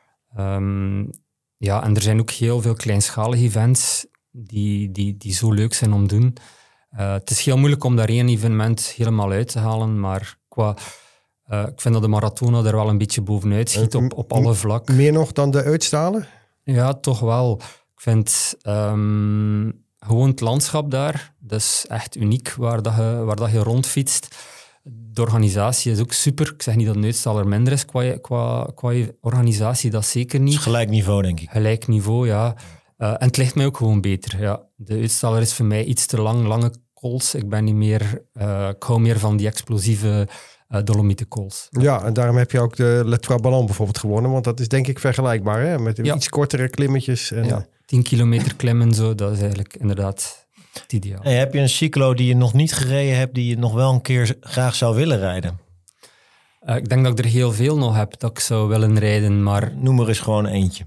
Ja, en er zijn ook heel veel kleinschalige events die zo leuk zijn om te doen. Het is heel moeilijk om daar één evenement helemaal uit te halen, maar ik vind dat de Maratona er wel een beetje bovenuit schiet op alle vlakken.
Meer nog dan de uitstalen?
Ja, toch wel. Ik vind gewoon het landschap daar, dat is echt uniek waar dat je rondfietst. De organisatie is ook super. Ik zeg niet dat een uitstaler minder is qua organisatie, dat zeker niet.
Het is gelijk niveau, denk ik.
Gelijk niveau, ja. En het ligt mij ook gewoon beter. Ja. De uitstaler is voor mij iets te lange calls. Ik ben niet meer... ik hou meer van die explosieve Dolomieten calls.
Ja, en daarom heb je ook de Le Trois Ballons bijvoorbeeld gewonnen, want dat is denk ik vergelijkbaar, hè? Met iets kortere klimmetjes. En,
10 kilometer klimmen, zo, dat is eigenlijk inderdaad het ideaal.
Hey, heb je een cyclo die je nog niet gereden hebt, die je nog wel een keer graag zou willen rijden?
Ik denk dat ik er heel veel nog heb dat ik zou willen rijden, maar...
Noem er eens gewoon eentje.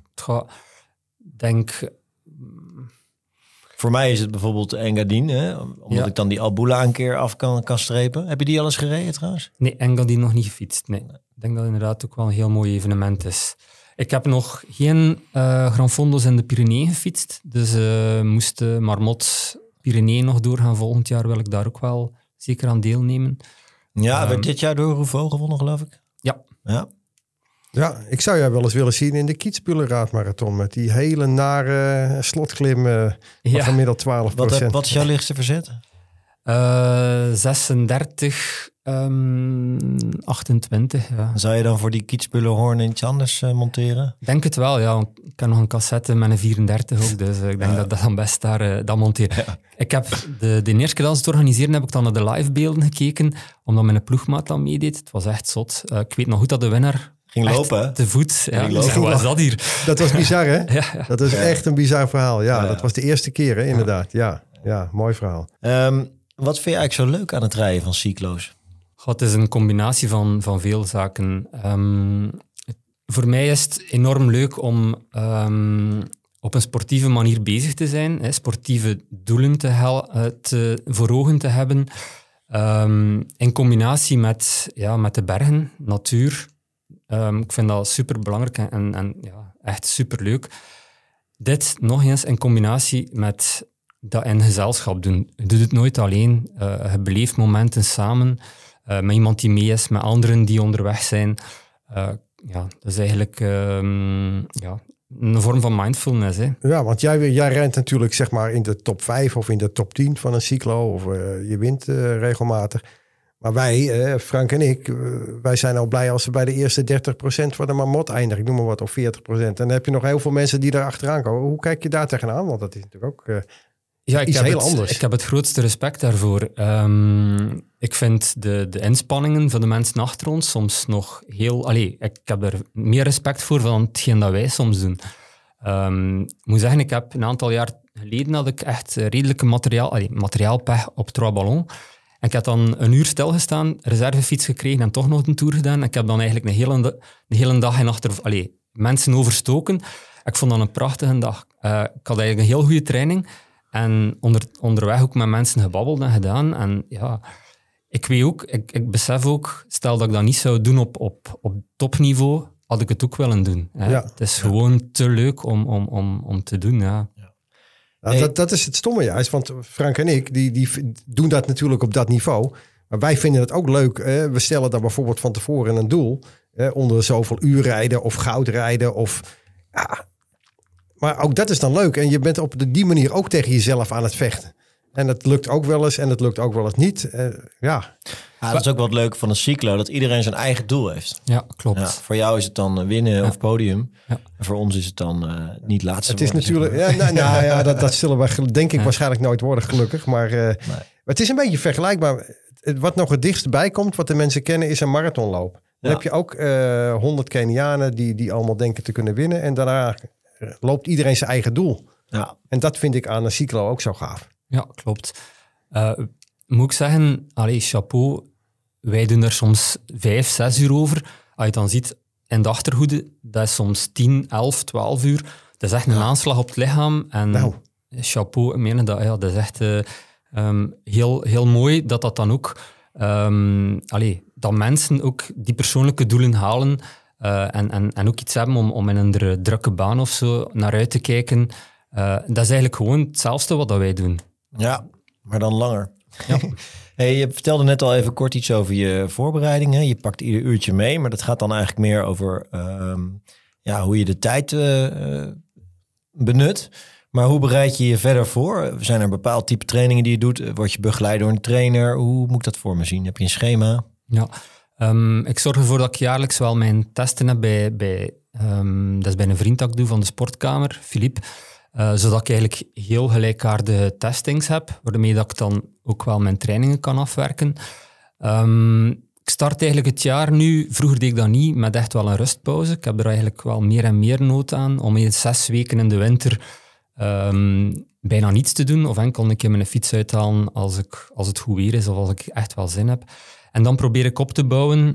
Voor mij is het bijvoorbeeld Engadin, hè? Omdat ik dan die Albula een keer af kan strepen. Heb je die al eens gereden trouwens?
Nee, Engadin nog niet gefietst. Nee. Ik denk dat het inderdaad ook wel een heel mooi evenement is. Ik heb nog geen Grand Fondo's in de Pyreneeën gefietst, dus moest Marmot Pyreneeën nog doorgaan volgend jaar, wil ik daar ook wel zeker aan deelnemen.
Ja, werd dit jaar door Rouvaux gewonnen, geloof ik?
Ja, ik zou jou wel eens willen zien in de Kitzbühel-raadmarathon met die hele nare slotklim van gemiddeld 12%.
Wat is jouw lichtste verzet?
36, 28. Ja.
Zou je dan voor die Kitzbühler iets anders monteren?
Ik denk het wel, ja. Want ik heb nog een cassette met een 34 ook, dus ik denk dat dan best daar monteer. Ja. Ik heb de eerste keer dat ze het organiseren, heb ik dan naar de livebeelden gekeken, omdat mijn ploegmaat dan meedeed. Het was echt zot. Ik weet nog goed dat de winnaar
ging lopen,
te voet. Ja,
wat
is dat hier?
Dat was bizar, hè?
Ja.
Dat is echt een bizar verhaal. Ja, dat was de eerste keer, hè, inderdaad. Ja, mooi verhaal.
Wat vind je eigenlijk zo leuk aan het rijden van cyclo's?
Het is een combinatie van veel zaken. Voor mij is het enorm leuk om op een sportieve manier bezig te zijn, sportieve doelen voor ogen te hebben, in combinatie met de bergen, natuur. Ik vind dat superbelangrijk en echt superleuk. Dit nog eens in combinatie met dat in gezelschap doen. Je doet het nooit alleen. Je beleeft momenten samen met iemand die mee is, met anderen die onderweg zijn. Dat is eigenlijk een vorm van mindfulness. Hè.
Ja, want jij rent natuurlijk zeg maar in de top 5 of in de top 10 van een cyclo. Of je wint regelmatig. Maar wij, Frank en ik, wij zijn al blij als we bij de eerste 30% van de Marmot eindigen. Ik noem maar wat, of 40%. En dan heb je nog heel veel mensen die daar achteraan komen. Hoe kijk je daar tegenaan? Want dat is natuurlijk ook iets heel anders.
Ik heb het grootste respect daarvoor. Ik vind de inspanningen van de mensen achter ons soms nog heel... ik heb er meer respect voor van hetgeen dat wij soms doen. Ik moet zeggen, ik heb een aantal jaar geleden had ik echt redelijke materiaalpech op Trois Ballons. En ik heb dan een uur stilgestaan, reservefiets gekregen en toch nog een tour gedaan. En ik heb dan eigenlijk een hele dag en mensen overstoken. Ik vond dat een prachtige dag. Ik had eigenlijk een heel goede training. En onderweg ook met mensen gebabbeld en gedaan. En ja, ik weet ook, ik besef ook, stel dat ik dat niet zou doen op topniveau, had ik het ook willen doen. Hè. Ja. Het is gewoon te leuk om te doen, ja.
Nou, dat is het stomme juist, want Frank en ik die doen dat natuurlijk op dat niveau. Maar wij vinden het ook leuk. We stellen dan bijvoorbeeld van tevoren een doel. onder zoveel uur rijden of goud rijden. Maar ook dat is dan leuk. En je bent op die manier ook tegen jezelf aan het vechten. En dat lukt ook wel eens en dat lukt ook wel eens niet.
Ja, dat is ook wat leuk van een cyclo, dat iedereen zijn eigen doel heeft.
Ja, klopt.
Ja, voor jou is het dan winnen of podium. Ja. En voor ons is het dan niet laatste
worden. Het is natuurlijk, dat zullen we denk ik waarschijnlijk nooit worden, gelukkig. Maar het is een beetje vergelijkbaar. Wat nog het dichtst bij komt, wat de mensen kennen, is een marathonloop. Dan heb je ook 100 Kenianen die allemaal denken te kunnen winnen. En daarna loopt iedereen zijn eigen doel. Ja. En dat vind ik aan een cyclo ook zo gaaf.
Ja, klopt. Moet ik zeggen, chapeau, wij doen er soms 5, 6 uur over. Als je het dan ziet in de achterhoede, dat is soms 10, 11, 12 uur. Dat is echt een aanslag op het lichaam. En chapeau, ik meen dat, dat is echt heel, heel mooi dat dan ook... dat mensen ook die persoonlijke doelen halen en ook iets hebben om in een drukke baan of zo naar uit te kijken. Dat is eigenlijk gewoon hetzelfde wat wij doen.
Ja, maar dan langer. Ja. Hey, je vertelde net al even kort iets over je voorbereidingen. Je pakt ieder uurtje mee, maar dat gaat dan eigenlijk meer over hoe je de tijd benut. Maar hoe bereid je je verder voor? Zijn er bepaald type trainingen die je doet? Word je begeleid door een trainer? Hoe moet ik dat voor me zien? Heb je een schema?
Ja, ik zorg ervoor dat ik jaarlijks wel mijn testen heb dat is bij een vriend dat ik doe van de sportkamer, Philippe. Zodat ik eigenlijk heel gelijkaardige testings heb, waarmee dat ik dan ook wel mijn trainingen kan afwerken. Ik start eigenlijk het jaar nu, vroeger deed ik dat niet, met echt wel een rustpauze. Ik heb er eigenlijk wel meer en meer nood aan om in 6 weken in de winter bijna niets te doen, of enkel een keer mijn fiets uithalen als het goed weer is of als ik echt wel zin heb. En dan probeer ik op te bouwen,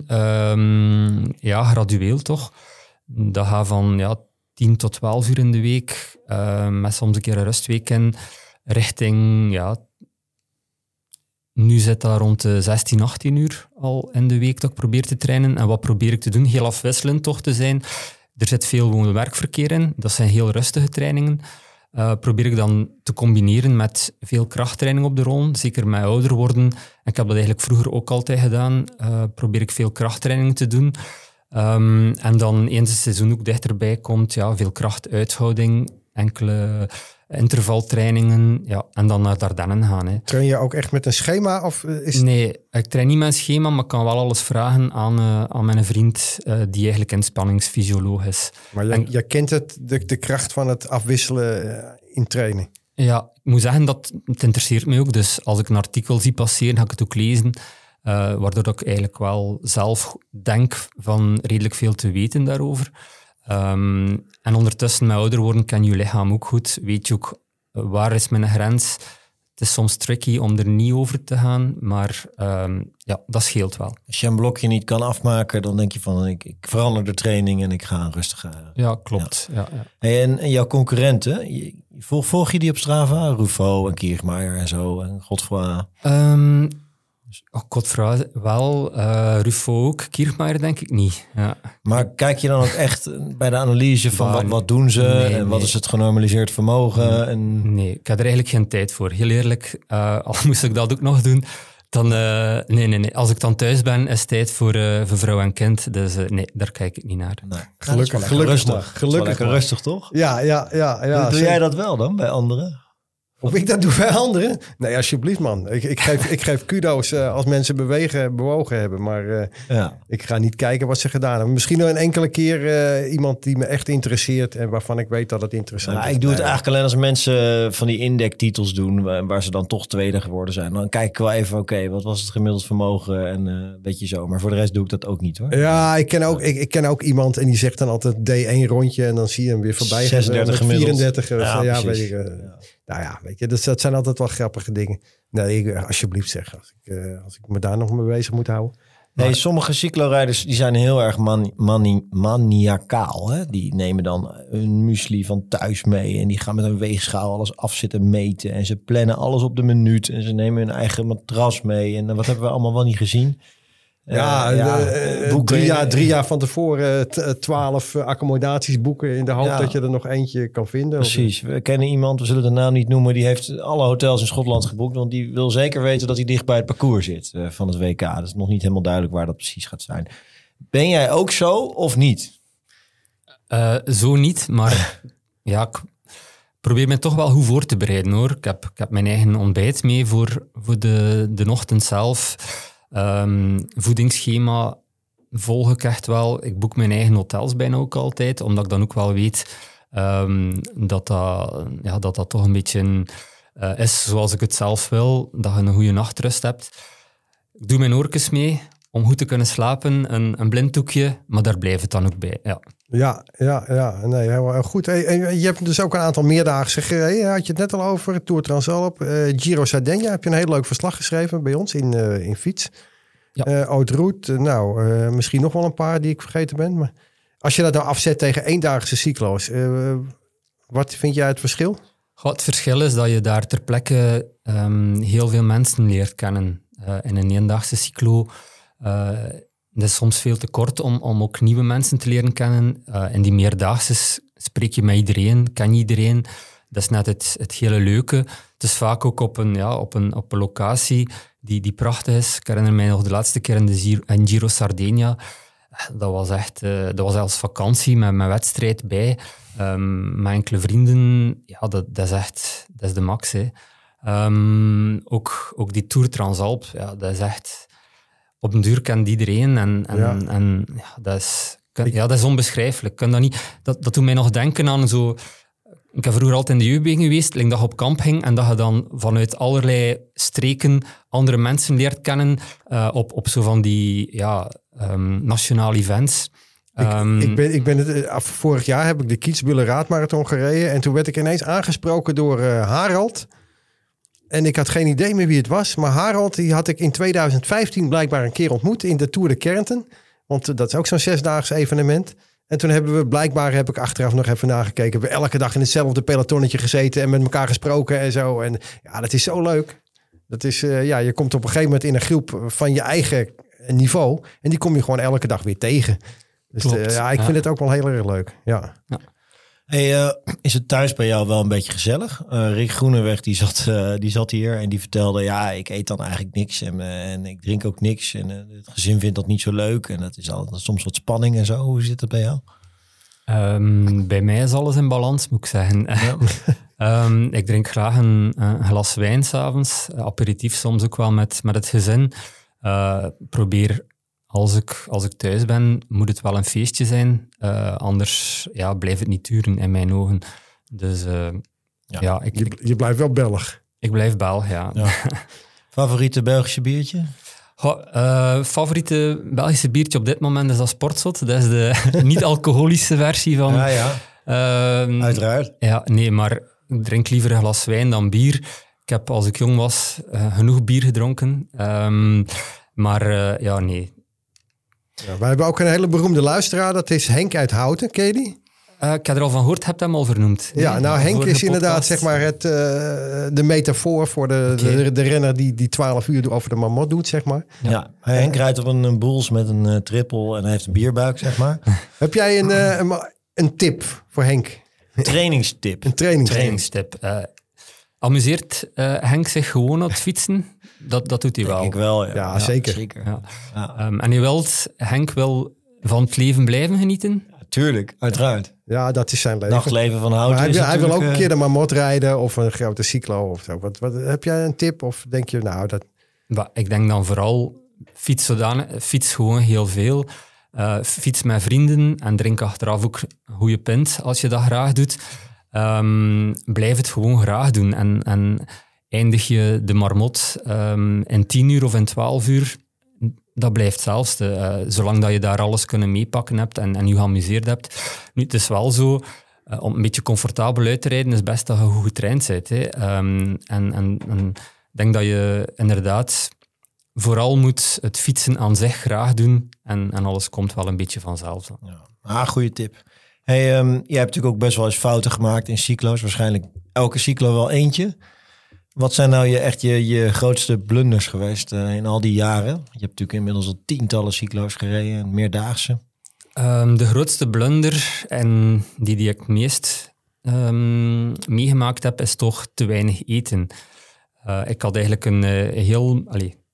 gradueel toch. Dat gaat van 10 tot 12 uur in de week, met soms een keer een rustweek in, richting, nu zit dat rond de 16, 18 uur al in de week dat ik probeer te trainen. En wat probeer ik te doen? Heel afwisselend toch te zijn. Er zit veel woon-werkverkeer in, dat zijn heel rustige trainingen. Probeer ik dan te combineren met veel krachttraining op de rollen, zeker met ouder worden. En ik heb dat eigenlijk vroeger ook altijd gedaan. Probeer ik veel krachttraining te doen. En dan eens het seizoen ook dichterbij komt, veel krachtuithouding, enkele intervaltrainingen, en dan naar Ardennen gaan. Hè.
Train je ook echt met een schema? Of
Nee, ik train niet met een schema, maar ik kan wel alles vragen aan mijn vriend, die eigenlijk inspanningsfysioloog is.
Maar je kent de kracht van het afwisselen in training?
Ja, ik moet zeggen dat het interesseert mij ook. Dus als ik een artikel zie passeren, ga ik het ook lezen. Waardoor ik eigenlijk wel zelf denk van redelijk veel te weten daarover. En ondertussen, met ouder worden, ken je lichaam ook goed. Weet je ook, waar is mijn grens? Het is soms tricky om er niet over te gaan, maar dat scheelt wel.
Als je een blokje niet kan afmaken, dan denk je van, ik verander de training en ik ga rustig.
Ja, klopt. Ja.
Hey, en jouw concurrenten, volg je die op Strava? Rufo en Kiermaier en zo, en Godfroy?
Godfroy wel, Rufo ook, Kiermaier denk ik niet. Ja.
Maar kijk je dan ook echt bij de analyse van wat doen ze en wat is het genormaliseerd vermogen? En...
Nee, ik heb er eigenlijk geen tijd voor. Heel eerlijk, al moest ik dat ook nog doen, dan nee. Als ik dan thuis ben, is het tijd voor vrouw en kind. Dus nee, daar kijk ik niet naar.
Nee.
Gelukkig
lekker rustig, toch?
Ja.
Doe jij dat wel dan bij anderen?
Of ik dat doe bij anderen? Nee, alsjeblieft man. Ik geef kudo's als mensen bewogen hebben. Maar ik ga niet kijken wat ze gedaan hebben. Misschien nog een enkele keer iemand die me echt interesseert. En waarvan ik weet dat het interessant is.
Ik doe het eigenlijk alleen als mensen van die index-titels doen. Waar ze dan toch tweede geworden zijn. Dan kijk ik wel even, oké, wat was het gemiddeld vermogen? En een beetje zo. Maar voor de rest doe ik dat ook niet hoor.
Ja, ik ken ook iemand en die zegt dan altijd D1 rondje. En dan zie je hem weer voorbij.
36 gemiddeld.
34. Weet je. Nou ja, weet je, dat zijn altijd wel grappige dingen. Nee, alsjeblieft zeg, als ik me daar nog mee bezig moet houden.
Nee, sommige cyclorijders die zijn heel erg maniacaal. Hè? Die nemen dan een muesli van thuis mee en die gaan met een weegschaal alles afzitten meten. En ze plannen alles op de minuut en ze nemen hun eigen matras mee. En wat hebben we allemaal wel niet gezien?
Boeken, 3 jaar van tevoren 12 accommodaties boeken in de hoop dat je er nog eentje kan vinden.
Precies. We kennen iemand, we zullen de naam niet noemen, die heeft alle hotels in Schotland geboekt, want die wil zeker weten dat hij dicht bij het parcours zit van het WK. Dat is nog niet helemaal duidelijk waar dat precies gaat zijn. Ben jij ook zo of niet?
Zo niet, maar ja, ik probeer me toch wel goed voor te bereiden, hoor. Ik heb mijn eigen ontbijt mee voor de ochtend zelf. Voedingsschema volg ik echt wel. Ik boek mijn eigen hotels bijna ook altijd, omdat ik dan ook wel weet dat toch een beetje is zoals ik het zelf wil, dat je een goede nachtrust hebt. Ik doe mijn oortjes mee om goed te kunnen slapen, een blinddoekje, maar daar blijft het dan ook bij. Ja.
Ja. Nee, heel goed. En je hebt dus ook een aantal meerdaagse gereden. Had je het net al over, Tour Transalp. Giro Sardegna heb je een heel leuk verslag geschreven bij ons in Fiets.
Ja.
Haute Route, misschien nog wel een paar die ik vergeten ben. Maar als je dat nou afzet tegen eendaagse cyclo's, wat vind jij het verschil?
Het verschil is dat je daar ter plekke heel veel mensen leert kennen. In een eendaagse cyclo het is soms veel te kort om ook nieuwe mensen te leren kennen. In die meerdaagse spreek je met iedereen, ken je iedereen. Dat is net het hele leuke. Het is vaak ook op een locatie die prachtig is. Ik herinner mij nog de laatste keer in Giro Sardegna. Dat was als vakantie met wedstrijd bij. Met enkele vrienden. Ja, dat is de max. Hè. Ook die Tour Transalp, ja, dat is echt... Op een duur kent iedereen en dat is onbeschrijfelijk. Ik kan dat niet... Dat doet mij nog denken aan zo... Ik heb vroeger altijd in de jeugdbeweging geweest, dat je op kamp ging en dat je dan vanuit allerlei streken andere mensen leert kennen op zo van die nationale events.
Vorig jaar heb ik de Kitzbühel Raadmarathon gereden en toen werd ik ineens aangesproken door Harald. En ik had geen idee meer wie het was. Maar Harald, die had ik in 2015 blijkbaar een keer ontmoet in de Tour de Kärnten. Want dat is ook zo'n 6-daags evenement. En toen heb ik achteraf nog even nagekeken. Hebben we elke dag in hetzelfde pelotonnetje gezeten en met elkaar gesproken en zo. En ja, dat is zo leuk. Dat is, je komt op een gegeven moment in een groep van je eigen niveau. En die kom je gewoon elke dag weer tegen. Dus ik vind het ook wel heel erg leuk. Ja.
Hey, is het thuis bij jou wel een beetje gezellig? Rick Groeneweg die zat hier en die vertelde... ja, ik eet dan eigenlijk niks en ik drink ook niks. En het gezin vindt dat niet zo leuk. En dat is altijd soms wat spanning en zo. Hoe zit dat bij jou?
Bij mij is alles in balans, moet ik zeggen. Ja. Ik drink graag een glas wijn 's avonds. Aperitief soms ook wel met het gezin. Probeer... Als ik thuis ben, moet het wel een feestje zijn. Anders blijft het niet duren in mijn ogen. Dus
je blijft wel Belg.
Ik blijf Belg, ja.
Favoriete Belgische biertje?
Favoriete Belgische biertje op dit moment is dat Sportzot. Dat is de niet-alcoholische versie van...
Uiteraard.
Ja, nee, maar ik drink liever een glas wijn dan bier. Ik heb, als ik jong was, genoeg bier gedronken. Nee...
Ja, wij hebben ook een hele beroemde luisteraar. Dat is Henk uit Houten. Ken je die?
Ik heb er al van gehoord, heb hem al vernoemd.
Ja, nou Henk is inderdaad zeg maar de metafoor voor de renner die 12 uur over de Marmot doet, zeg maar.
Ja, Henk rijdt op een Bulls met een triple en hij heeft een bierbuik, zeg maar.
Heb jij een tip voor Henk?
Trainingstip.
Een
trainingstip. Amuseert Henk zich gewoon op het fietsen? Dat doet hij wel.
Denk ik wel,
ja zeker.
Ja. En Henk wil van het leven blijven genieten?
Ja, tuurlijk, uiteraard.
Ja, dat is zijn leven.
Nachtleven van Houten.
Hij wil ook een keer de Marmot rijden of een grote cyclo of zo. Wat heb jij een tip of denk je nou dat...
Ik denk dan vooral fiets gewoon heel veel. Fiets met vrienden en drink achteraf ook een goede pint als je dat graag doet. Blijf het gewoon graag doen. En eindig je de Marmot in 10 uur of in 12 uur, dat blijft hetzelfde. Zolang dat je daar alles kunnen meepakken hebt en je geamuseerd hebt. Nu, het is wel zo, om een beetje comfortabel uit te rijden, is best dat je goed getraind bent. Hè. En ik denk dat je inderdaad vooral moet het fietsen aan zich graag doen en alles komt wel een beetje vanzelf.
Ja, goede tip. Hey, jij hebt natuurlijk ook best wel eens fouten gemaakt in cyclo's. Waarschijnlijk elke cyclo wel eentje. Wat zijn nou je grootste blunders geweest in al die jaren? Je hebt natuurlijk inmiddels al tientallen cyclo's gereden, meerdaagse.
De grootste blunder en die ik het meest meegemaakt heb, is toch te weinig eten. Ik had eigenlijk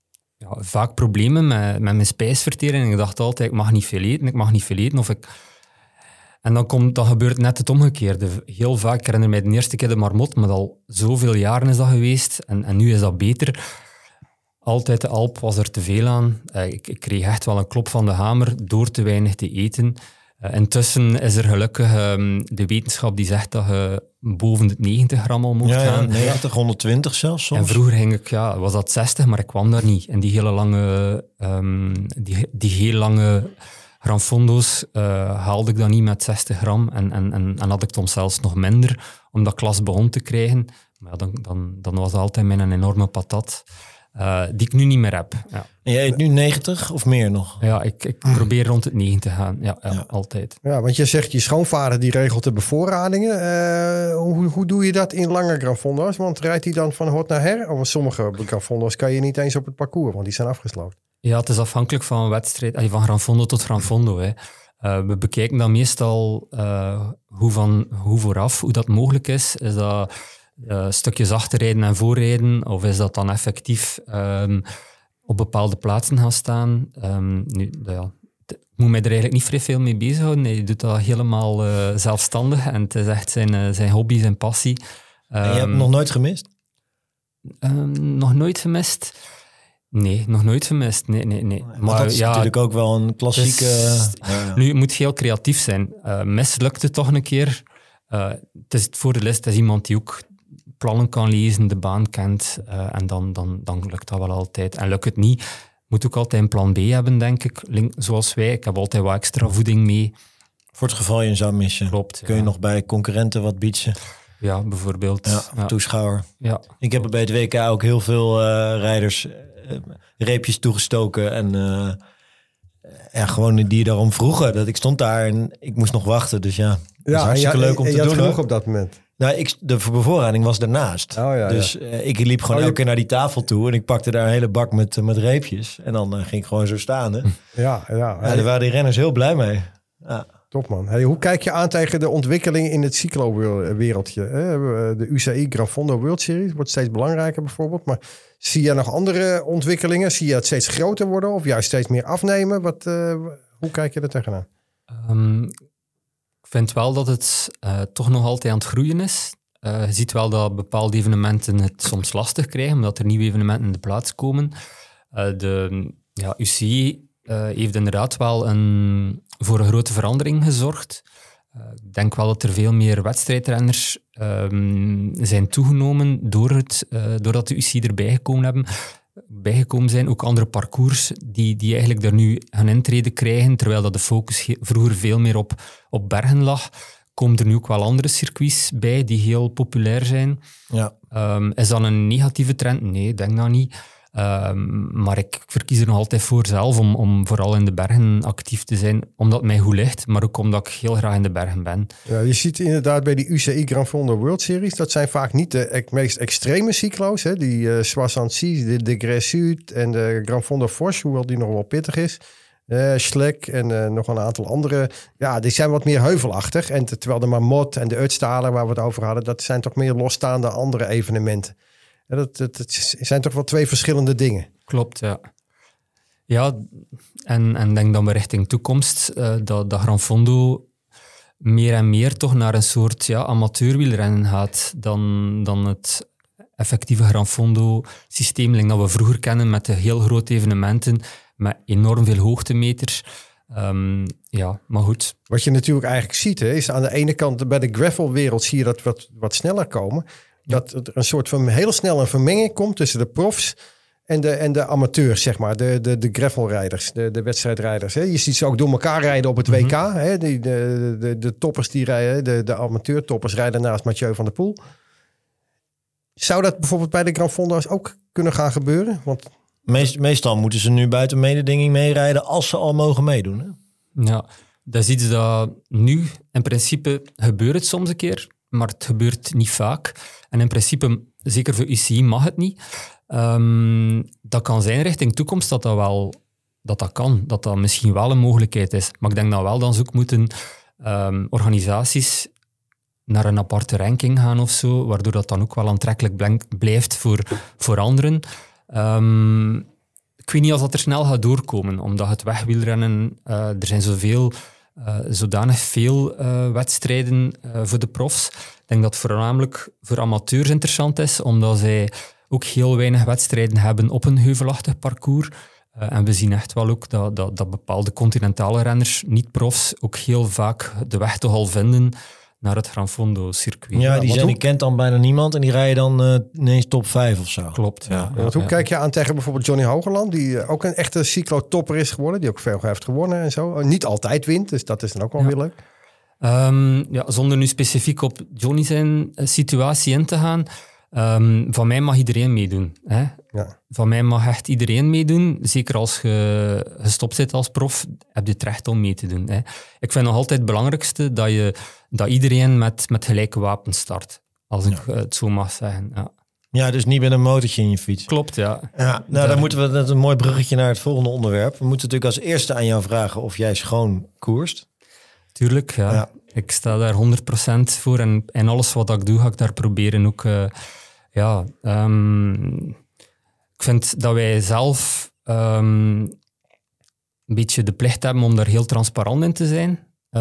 vaak problemen met mijn spijsvertering. En ik dacht altijd, ik mag niet veel eten. En dan gebeurt net het omgekeerde. Heel vaak, ik herinner mij de eerste keer de marmot, maar al zoveel jaren is dat geweest. En nu is dat beter. Altijd de Alp was er te veel aan. Ik kreeg echt wel een klop van de hamer door te weinig te eten. Intussen is er gelukkig de wetenschap die zegt dat je boven de 90 gram al mocht gaan.
90, 120 zelfs soms.
En vroeger was dat 60, maar ik kwam daar niet. En die heel lange granfondo's haalde ik dan niet met 60 gram. En had ik soms zelfs nog minder, omdat ik last begon te krijgen. Maar dan was dat altijd mijn enorme patat. Die ik nu niet meer heb. Ja.
En jij eet nu 90 of meer nog?
Ja, ik probeer rond het 90 te gaan. Ja, altijd.
Ja, want je zegt je schoonvader die regelt de bevoorradingen. Hoe doe je dat in lange granfondo's? Want rijdt hij dan van hot naar her? Of sommige granfondo's kan je niet eens op het parcours, want die zijn afgesloten.
Ja, het is afhankelijk van wedstrijd. Van granfondo tot granfondo. Hè. We bekijken dan meestal hoe vooraf, hoe dat mogelijk is. Is dat stukjes achterrijden en voorrijden? Of is dat dan effectief op bepaalde plaatsen gaan staan? Ik moet mij er eigenlijk niet vrij veel mee bezighouden. Hij doet dat helemaal zelfstandig. En het is echt zijn hobby, zijn passie.
En je hebt nog nooit gemist?
Nog nooit gemist? Nee, nog nooit gemist. Nee.
Maar dat is natuurlijk ook wel een klassieke...
Nu, je moet heel creatief zijn. Mislukt het toch een keer? Het is het voordeel is, het is iemand die ook plannen kan lezen, de baan kent. En dan lukt dat wel altijd. En lukt het niet, moet ook altijd een plan B hebben, denk ik. Zoals wij. Ik heb altijd wat extra voeding mee.
Voor het geval je hem zou missen.
Klopt.
Kun je nog bij concurrenten wat bietsen?
Ja, bijvoorbeeld.
Ja, toeschouwer.
Ja.
Ik heb er bij het WK ook heel veel rijders reepjes toegestoken. En gewoon die daarom vroegen. Dat ik stond daar en ik moest nog wachten. Dus ja, dat is hartstikke leuk om te doen.
genoeg op dat moment.
Nou, de bevoorrading was daarnaast. Dus ik liep gewoon elke keer naar die tafel toe. En ik pakte daar een hele bak met reepjes. En dan ging ik gewoon zo staan. Hè? Daar waren die renners heel blij mee. Ja.
Top man. Hey, hoe kijk je aan tegen de ontwikkeling in het cyclo-wereldje? De UCI Granfondo World Series wordt steeds belangrijker bijvoorbeeld. Maar zie je nog andere ontwikkelingen? Zie je het steeds groter worden of juist steeds meer afnemen? Hoe kijk je er tegenaan?
Ik vind wel dat het toch nog altijd aan het groeien is. Je ziet wel dat bepaalde evenementen het soms lastig krijgen, omdat er nieuwe evenementen in de plaats komen. De UCI heeft inderdaad wel voor een grote verandering gezorgd. Ik denk wel dat er veel meer wedstrijdrenners zijn toegenomen doordat de UCI erbij bijgekomen zijn. Ook andere parcours die eigenlijk daar nu hun intrede krijgen, terwijl dat de focus vroeger veel meer op bergen lag. Komen er nu ook wel andere circuits bij die heel populair zijn.
Ja.
Is dat een negatieve trend? Nee, ik denk dat niet. Maar ik verkies er nog altijd voor zelf om vooral in de bergen actief te zijn, omdat het mij goed ligt, maar ook omdat ik heel graag in de bergen ben.
Ja, je ziet inderdaad bij die UCI Granfondo World Series, dat zijn vaak niet de meest extreme cyclo's. Hè? Die Soissons, de Grès Sud en de Granfondo Force, hoewel die nog wel pittig is. Schlek en nog een aantal andere. Ja, die zijn wat meer heuvelachtig. En terwijl de Marmot en de Uitstaler, waar we het over hadden, dat zijn toch meer losstaande andere evenementen. Dat zijn toch wel twee verschillende dingen.
Klopt, ja. Ja, en denk dat we richting toekomst dat Granfondo meer en meer toch naar een soort amateurwielrennen gaat dan het effectieve Granfondo-systeem dat we vroeger kennen met de heel grote evenementen met enorm veel hoogtemeters. Maar goed.
Wat je natuurlijk eigenlijk ziet, is aan de ene kant bij de gravelwereld zie je dat wat sneller komen. Dat er een soort van heel snel een vermenging komt tussen de profs en de amateurs, zeg maar. De gravelrijders, de wedstrijdrijders. Hè. Je ziet ze ook door elkaar rijden op het WK. Hè. De toppers die rijden, de amateurtoppers rijden naast Mathieu van der Poel. Zou dat bijvoorbeeld bij de Granfondo's ook kunnen gaan gebeuren? Want
Meestal moeten ze nu buiten mededinging meerijden als ze al mogen meedoen. Hè?
Ja, dat is iets dat nu in principe gebeurt het soms een keer, maar het gebeurt niet vaak. En in principe, zeker voor UCI, mag het niet. Dat kan zijn richting toekomst dat kan. Dat dat misschien wel een mogelijkheid is. Maar ik denk dat wel dan ook moeten organisaties naar een aparte ranking gaan of zo, waardoor dat dan ook wel aantrekkelijk blijft voor anderen. ik weet niet als dat er snel gaat doorkomen, omdat het wegwielrennen, er zijn zodanig veel wedstrijden voor de profs. Ik denk dat het voornamelijk voor amateurs interessant is, omdat zij ook heel weinig wedstrijden hebben op een heuvelachtig parcours. En we zien echt wel ook dat bepaalde continentale renners, niet-profs, ook heel vaak de weg toch al vinden naar het Gran Fondo-circuit.
Ja, die kent dan bijna niemand en die rijden dan ineens top 5 of zo.
Klopt, ja.
Want hoe kijk je aan tegen bijvoorbeeld Johnny Hogeland, die ook een echte cyclotopper is geworden, die ook veel heeft gewonnen en zo. Niet altijd wint, dus dat is dan ook wel weer leuk.
Zonder nu specifiek op Johnny zijn situatie in te gaan, van mij mag iedereen meedoen. Hè?
Ja.
Van mij mag echt iedereen meedoen. Zeker als je gestopt zit als prof, heb je het recht om mee te doen. Hè? Ik vind nog altijd het belangrijkste dat iedereen met gelijke wapens start. Als ik het zo mag zeggen. Ja.
Ja, dus niet met een motortje in je fiets.
Klopt, ja.
Dan moeten we, dat is een mooi bruggetje naar het volgende onderwerp. We moeten natuurlijk als eerste aan jou vragen of jij schoon koerst.
Tuurlijk, ja. Ik sta daar 100% voor en alles wat ik doe, ga ik daar proberen ook... ik vind dat wij zelf een beetje de plicht hebben om daar heel transparant in te zijn.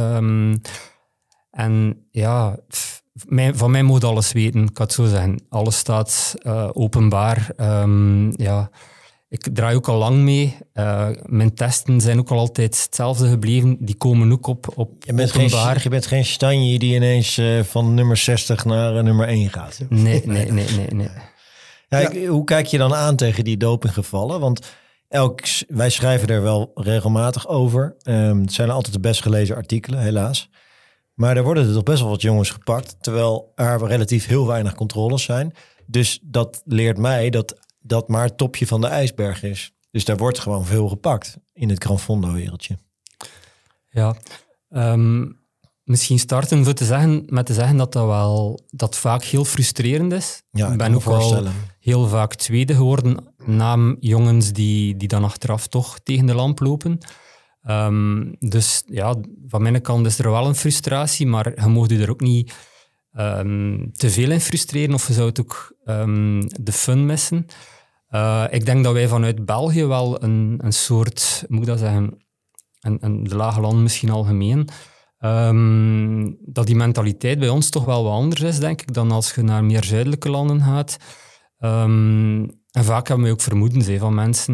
Van mij moet alles weten, ik kan het zo zeggen. Alles staat openbaar. Ik draai ook al lang mee. Mijn testen zijn ook al altijd hetzelfde gebleven. Die komen ook op openbaar.
Je bent geen stanje die ineens van nummer 60 naar nummer 1 gaat.
Nee.
Ja, hoe kijk je dan aan tegen die dopinggevallen? Want wij schrijven er wel regelmatig over. Het zijn altijd de best gelezen artikelen, helaas. Maar er worden er toch best wel wat jongens gepakt, terwijl er relatief heel weinig controles zijn. Dus dat leert mij dat maar het topje van de ijsberg is. Dus daar wordt gewoon veel gepakt in het Gran Fondo-wereldje.
Ja, misschien starten met te zeggen dat vaak heel frustrerend is.
Ja,
ik ben ook al heel vaak tweede geworden na jongens die dan achteraf toch tegen de lamp lopen. Dus ja, van mijn kant is er wel een frustratie, maar je mag je er ook niet te veel in frustreren of je zou het ook de fun missen. Ik denk dat wij vanuit België wel een soort, moet ik dat zeggen, de lage landen misschien algemeen, dat die mentaliteit bij ons toch wel wat anders is, denk ik, dan als je naar meer zuidelijke landen gaat. En vaak hebben we ook vermoedens van mensen.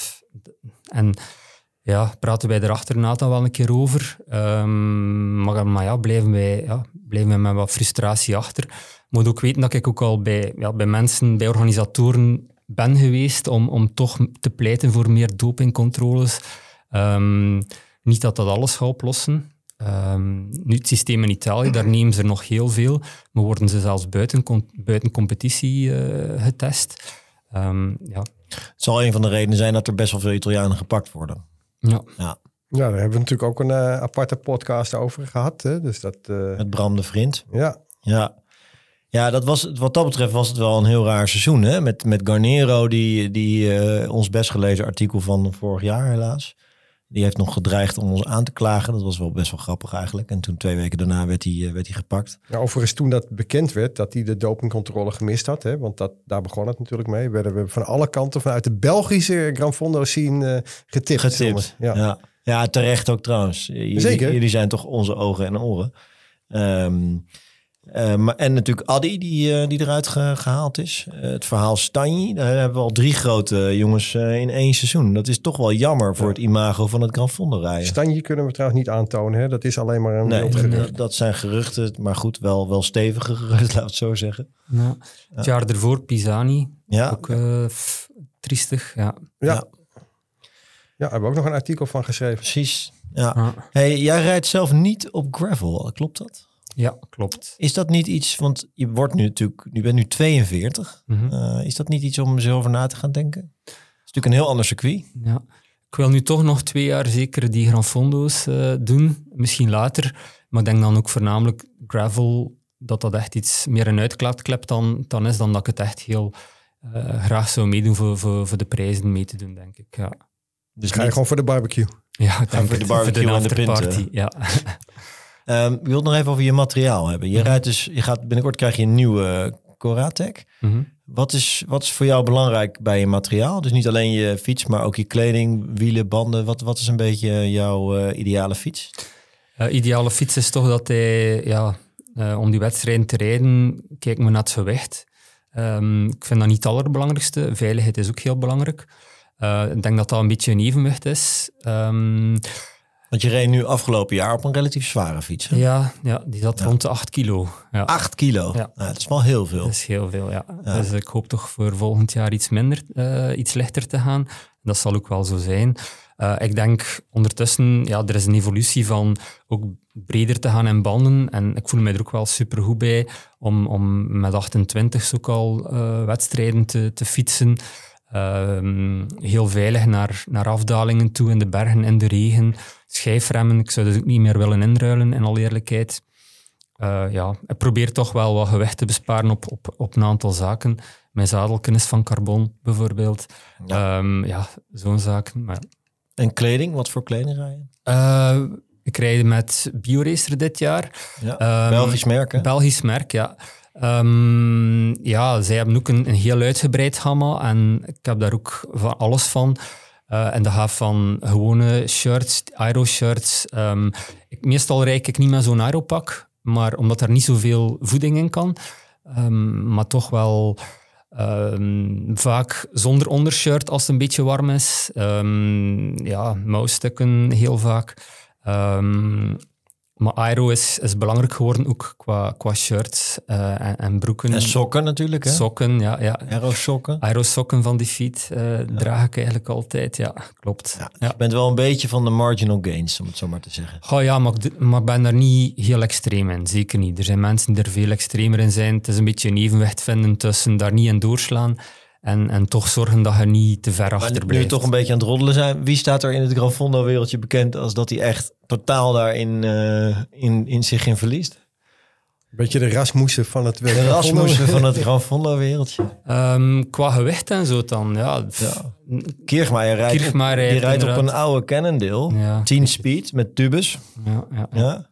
Praten wij er achterna dan wel een keer over. Maar ja, blijven wij met wat frustratie achter. Je moet ook weten dat ik ook al bij mensen, bij organisatoren ben geweest om toch te pleiten voor meer dopingcontroles. Niet dat alles gaat oplossen. Nu, het systeem in Italië, daar nemen ze er nog heel veel, maar worden ze zelfs buiten competitie getest.
Het zal een van de redenen zijn dat er best wel veel Italianen gepakt worden.
Ja,
daar hebben we natuurlijk ook een aparte podcast over gehad. Hè? Dus dat,
Met Bram de Vriend.
Ja,
dat was, wat dat betreft was het wel een heel raar seizoen. Hè? Met Garnero, die ons best gelezen artikel van vorig jaar helaas. Die heeft nog gedreigd om ons aan te klagen. Dat was wel best wel grappig eigenlijk. En toen 2 weken daarna werd hij gepakt.
Ja, overigens toen dat bekend werd dat hij de dopingcontrole gemist had. Hè, want daar begon het natuurlijk mee. Werden we van alle kanten vanuit de Belgische Gran Fondo scene getipt.
Ja, terecht ook trouwens.
Zeker.
Jullie zijn toch onze ogen en oren. En natuurlijk Adi die eruit gehaald is. Het verhaal Stagni. Daar hebben we al 3 grote jongens in 1 seizoen. Dat is toch wel jammer voor het imago van het Gran Fondo rijden.
Stagni kunnen we trouwens niet aantonen. Hè? Dat is alleen maar een wild gerucht.
Dat zijn geruchten. Maar goed, wel stevige geruchten, laat het zo zeggen.
Ja. Het jaar ervoor Pisani.
Ja.
Ook triestig.
Ja, hebben we ook nog een artikel van geschreven.
Precies. Ja. Hey, jij rijdt zelf niet op gravel. Klopt dat?
Ja, klopt.
Is dat niet iets, want je bent nu 42. Is dat niet iets om zo over na te gaan denken? Het is natuurlijk een heel ander circuit.
Ja. Ik wil nu toch nog 2 jaar zeker die Gran Fondo's doen. Misschien later. Maar ik denk dan ook voornamelijk gravel, dat echt iets meer een uitklaatklep dan is, dan dat ik het echt heel graag zou meedoen voor de prijzen mee te doen, denk ik. Ja.
Dus ga je gewoon voor de barbecue?
Ja, ik denk
voor de barbecue en de pinten.
Ja.
Ik wil het nog even over je materiaal hebben. Je rijdt dus, binnenkort krijg je een nieuwe Coratec. Wat is voor jou belangrijk bij je materiaal? Dus niet alleen je fiets, maar ook je kleding, wielen, banden. Wat is een beetje jouw ideale fiets?
Ideale fiets is toch dat hij, om die wedstrijden te rijden, kijk maar naar het gewicht. Ik vind dat niet het allerbelangrijkste. Veiligheid is ook heel belangrijk. Ik denk dat dat een beetje een evenwicht is.
Want je reed nu afgelopen jaar op een relatief zware fiets. Hè?
Ja, die zat rond de 8 kilo. Ja.
8 kilo?
Ja.
Nou, dat is wel heel veel.
Dat is heel veel, ja. Dus ik hoop toch voor volgend jaar iets lichter te gaan. Dat zal ook wel zo zijn. Ik denk ondertussen, er is een evolutie van ook breder te gaan in banden. En ik voel me er ook wel supergoed bij om met 28 ook al wedstrijden te fietsen. Heel veilig naar afdalingen toe in de bergen, in de regen. Schijfremmen, ik zou dat ook niet meer willen inruilen, in alle eerlijkheid. Ik probeer toch wel wat gewicht te besparen op een aantal zaken. Mijn zadelken is van carbon, bijvoorbeeld. Zo'n zaken. Maar
En kleding? Wat voor kleding rij je?
Ik rijd met BioRacer dit jaar.
Ja, Belgisch merk, hè?
Belgisch merk, ja. Zij hebben ook een heel uitgebreid gamma en ik heb daar ook van alles van. En dat gaat van gewone shirts, aero-shirts. Meestal rijd ik niet met zo'n aeropak, maar omdat er niet zoveel voeding in kan. Maar toch wel vaak zonder ondershirt als het een beetje warm is. Mouwstukken heel vaak. Maar aero is belangrijk geworden, ook qua shirts en broeken.
En sokken natuurlijk, hè?
Sokken, ja.
Aero-sokken.
Aero-sokken van die fiets draag ik eigenlijk altijd, ja, klopt.
Ja, dus je bent wel een beetje van de marginal gains, om het zo maar te zeggen.
Maar ik ben daar niet heel extreem in, zeker niet. Er zijn mensen die er veel extremer in zijn. Het is een beetje een evenwicht vinden tussen daar niet in doorslaan en toch zorgen dat je niet te ver achter blijft.
Nu we toch een beetje aan het roddelen zijn, wie staat er in het Gran Fondo wereldje bekend als dat hij echt totaal daarin in zich in verliest?
Een beetje de Rasmussen van het
De Rasmussen van het Gran Fondo wereldje.
Qua gewicht en zo dan, ja.
Kiergmaier rijdt op een oude Cannondale, 10 speed met tubes. Ja.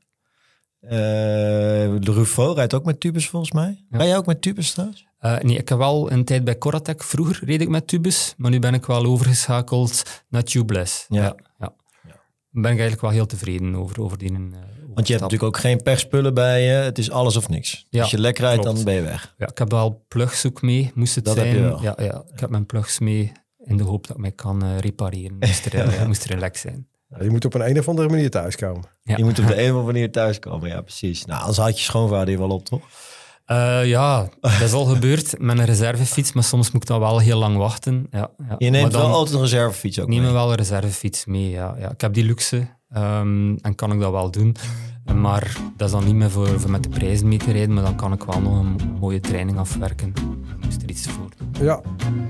De Ruffo rijdt ook met tubes volgens mij. Rij jij ook met tubes trouwens?
Nee, ik heb wel een tijd bij Coratec. Vroeger reed ik met tubes, maar nu ben ik wel overgeschakeld naar tubeless. Ja. Daar ben ik eigenlijk wel heel tevreden over die
want je hebt natuurlijk ook geen pechspullen bij je. Het is alles of niks.
Ja,
als je lek rijdt,
klopt.
Dan ben je weg.
Ja, ik heb wel plugs ook mee, moest het
dat
zijn.
Heb je wel.
Ja, ik heb mijn plugs mee in de hoop dat ik mij kan repareren. Moest er een lek zijn.
Je moet op een of andere manier thuiskomen.
Ja. Je moet op de een of andere manier thuiskomen, ja precies. Nou, anders had je schoonvader hier wel op, toch?
Dat is al gebeurd met een reservefiets, maar soms moet ik dan wel heel lang wachten. Ja.
Je neemt wel altijd een reservefiets ook mee?
Ik neem wel een reservefiets mee, ja. Ik heb die luxe en kan ik dat wel doen. Maar dat is dan niet meer voor met de prijzen mee te rijden, maar dan kan ik wel nog een mooie training afwerken. Ik moest er iets voor doen.
Ja.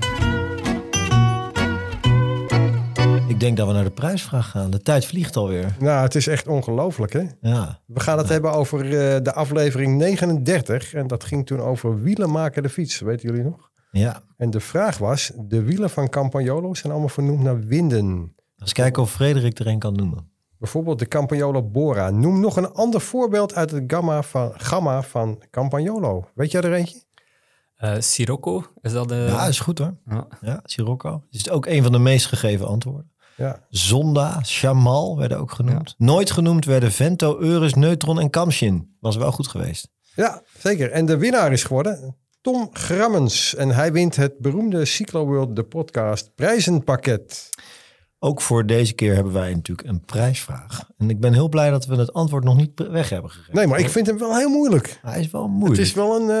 Ik denk dat we naar de prijsvraag gaan. De tijd vliegt alweer.
Nou, het is echt ongelooflijk, hè?
Ja.
We gaan het hebben over de aflevering 39. En dat ging toen over wielen maken de fiets. Weten jullie nog?
Ja.
En de vraag was, de wielen van Campagnolo zijn allemaal vernoemd naar winden.
Eens kijken of Frederik er een kan noemen.
Bijvoorbeeld de Campagnolo Bora. Noem nog een ander voorbeeld uit het gamma van Campagnolo. Weet jij er eentje?
Sirocco, is dat de...
Ja, is goed hoor. Ja, Sirocco. Het is ook een van de meest gegeven antwoorden.
Ja.
Zonda, Chamal werden ook genoemd. Ja. Nooit genoemd werden Vento, Eurus, Neutron en Kamshin. Was wel goed geweest.
Ja, zeker. En de winnaar is geworden Tom Grammens. En hij wint het beroemde Cyclo World, de podcast, prijzenpakket.
Ook voor deze keer hebben wij natuurlijk een prijsvraag. En ik ben heel blij dat we het antwoord nog niet weg hebben gegeven.
Nee, maar ik vind hem wel heel moeilijk.
Hij is wel moeilijk.
Het is wel een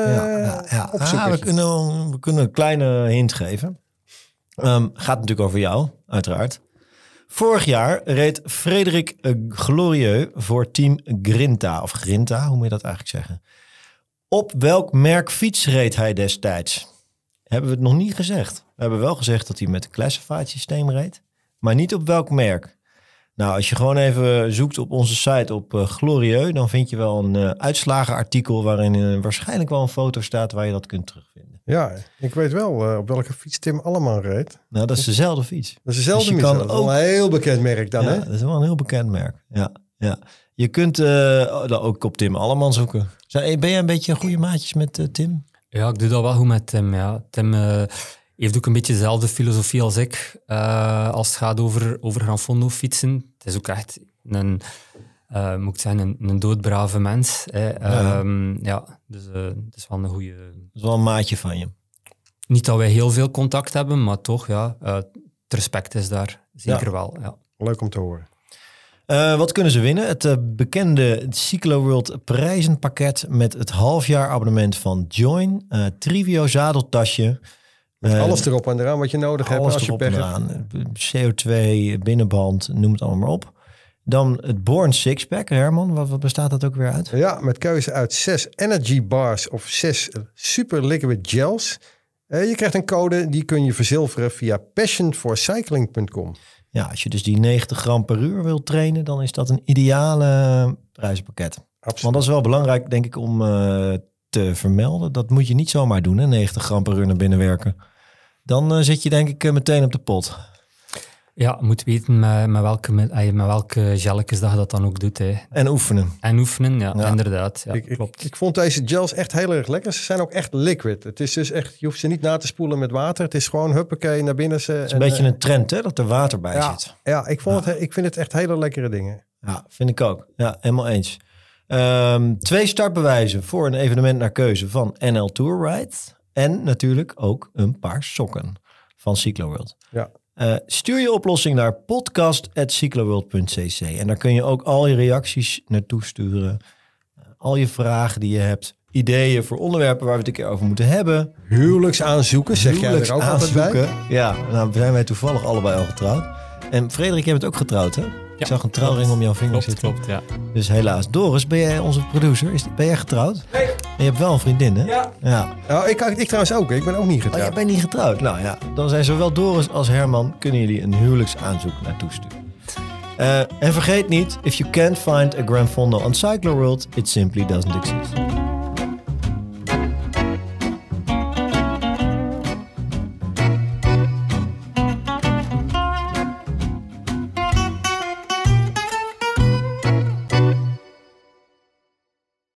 we kunnen een kleine hint geven. Gaat natuurlijk over jou, uiteraard. Vorig jaar reed Frederik Glorieux voor team Grinta. Of Grinta, hoe moet je dat eigenlijk zeggen? Op welk merk fiets reed hij destijds? Hebben we het nog niet gezegd. We hebben wel gezegd dat hij met een classified systeem reed. Maar niet op welk merk. Nou, als je gewoon even zoekt op onze site op Glorieux, dan vind je wel een uitslagenartikel waarin waarschijnlijk wel een foto staat waar je dat kunt terugvinden.
Ja, ik weet wel op welke fiets Tim allemaal reed.
Nou, dat is dezelfde fiets.
Dat is dezelfde fiets. Dat is wel een heel bekend merk dan,
ja,
hè?
Dat is wel een heel bekend merk. Ja. Je kunt dan ook op Tim Alleman zoeken. Ben jij een beetje goede maatjes met Tim?
Ja, ik doe dat wel goed met Tim. Ja. Tim heeft ook een beetje dezelfde filosofie als ik. Als het gaat over Gran Fondo fietsen. Het is ook echt moet ik zeggen, een doodbrave mens. Dus het is wel een goede...
Dat is wel een maatje van je.
Niet dat wij heel veel contact hebben, maar toch, ja, het respect is daar zeker wel. Ja.
Leuk om te horen.
Wat kunnen ze winnen? Het bekende Cycloworld prijzenpakket met het halfjaar-abonnement van Join. Trivio zadeltasje.
Met alles erop en eraan wat je nodig hebt als je pech hebt.
CO2, binnenband, noem het allemaal maar op. Dan het Born Sixpack. Herman, wat bestaat dat ook weer uit?
Ja, met keuze uit 6 energy bars of 6 super liquid gels. Je krijgt een code, die kun je verzilveren via passionforcycling.com.
Ja, als je dus die 90 gram per uur wilt trainen, dan is dat een ideale prijzenpakket.
Absoluut.
Want dat is wel belangrijk, denk ik, om te vermelden. Dat moet je niet zomaar doen, hè? 90 gram per uur naar binnen werken. Dan zit je denk ik meteen op de pot.
Ja, je moet weten met welke gelletjes dat je dat dan ook doet. Hè.
En oefenen.
En oefenen, ja. Inderdaad. Ja, klopt.
Ik vond deze gels echt heel erg lekker. Ze zijn ook echt liquid. Het is dus echt, je hoeft ze niet na te spoelen met water. Het is gewoon huppakee naar binnen. Het
is een beetje een trend, hè, dat er water bij zit.
Ja, ik vind het echt hele lekkere dingen.
Ja, vind ik ook. Ja, helemaal eens. 2 startbewijzen voor een evenement naar keuze van NL Tour Ride. En natuurlijk ook een paar sokken van Cycloworld.
Ja.
Stuur je oplossing naar podcast@cycloworld.cc en daar kun je ook al je reacties naartoe sturen. Al je vragen die je hebt. Ideeën voor onderwerpen waar we het een keer over moeten hebben.
Huwelijksaanzoeken, zeg jij er ook altijd bij?
Ja, nou zijn wij toevallig allebei al getrouwd. En Frederik, je bent ook getrouwd, hè? Ik zag een trouwring om jouw vinger zitten.
Klopt, ja.
Dus helaas. Doris, ben jij onze producer? Ben jij getrouwd?
Nee.
En je hebt wel een vriendin, hè?
Ja.
Nou, ik trouwens ook. Ik ben ook niet
Oh,
getrouwd.
jij bent niet getrouwd? Nou ja, dan zijn zowel Doris als Herman kunnen jullie een huwelijksaanzoek naartoe sturen. En vergeet niet, if you can't find a Gran Fondo on Cycloworld, it simply doesn't exist.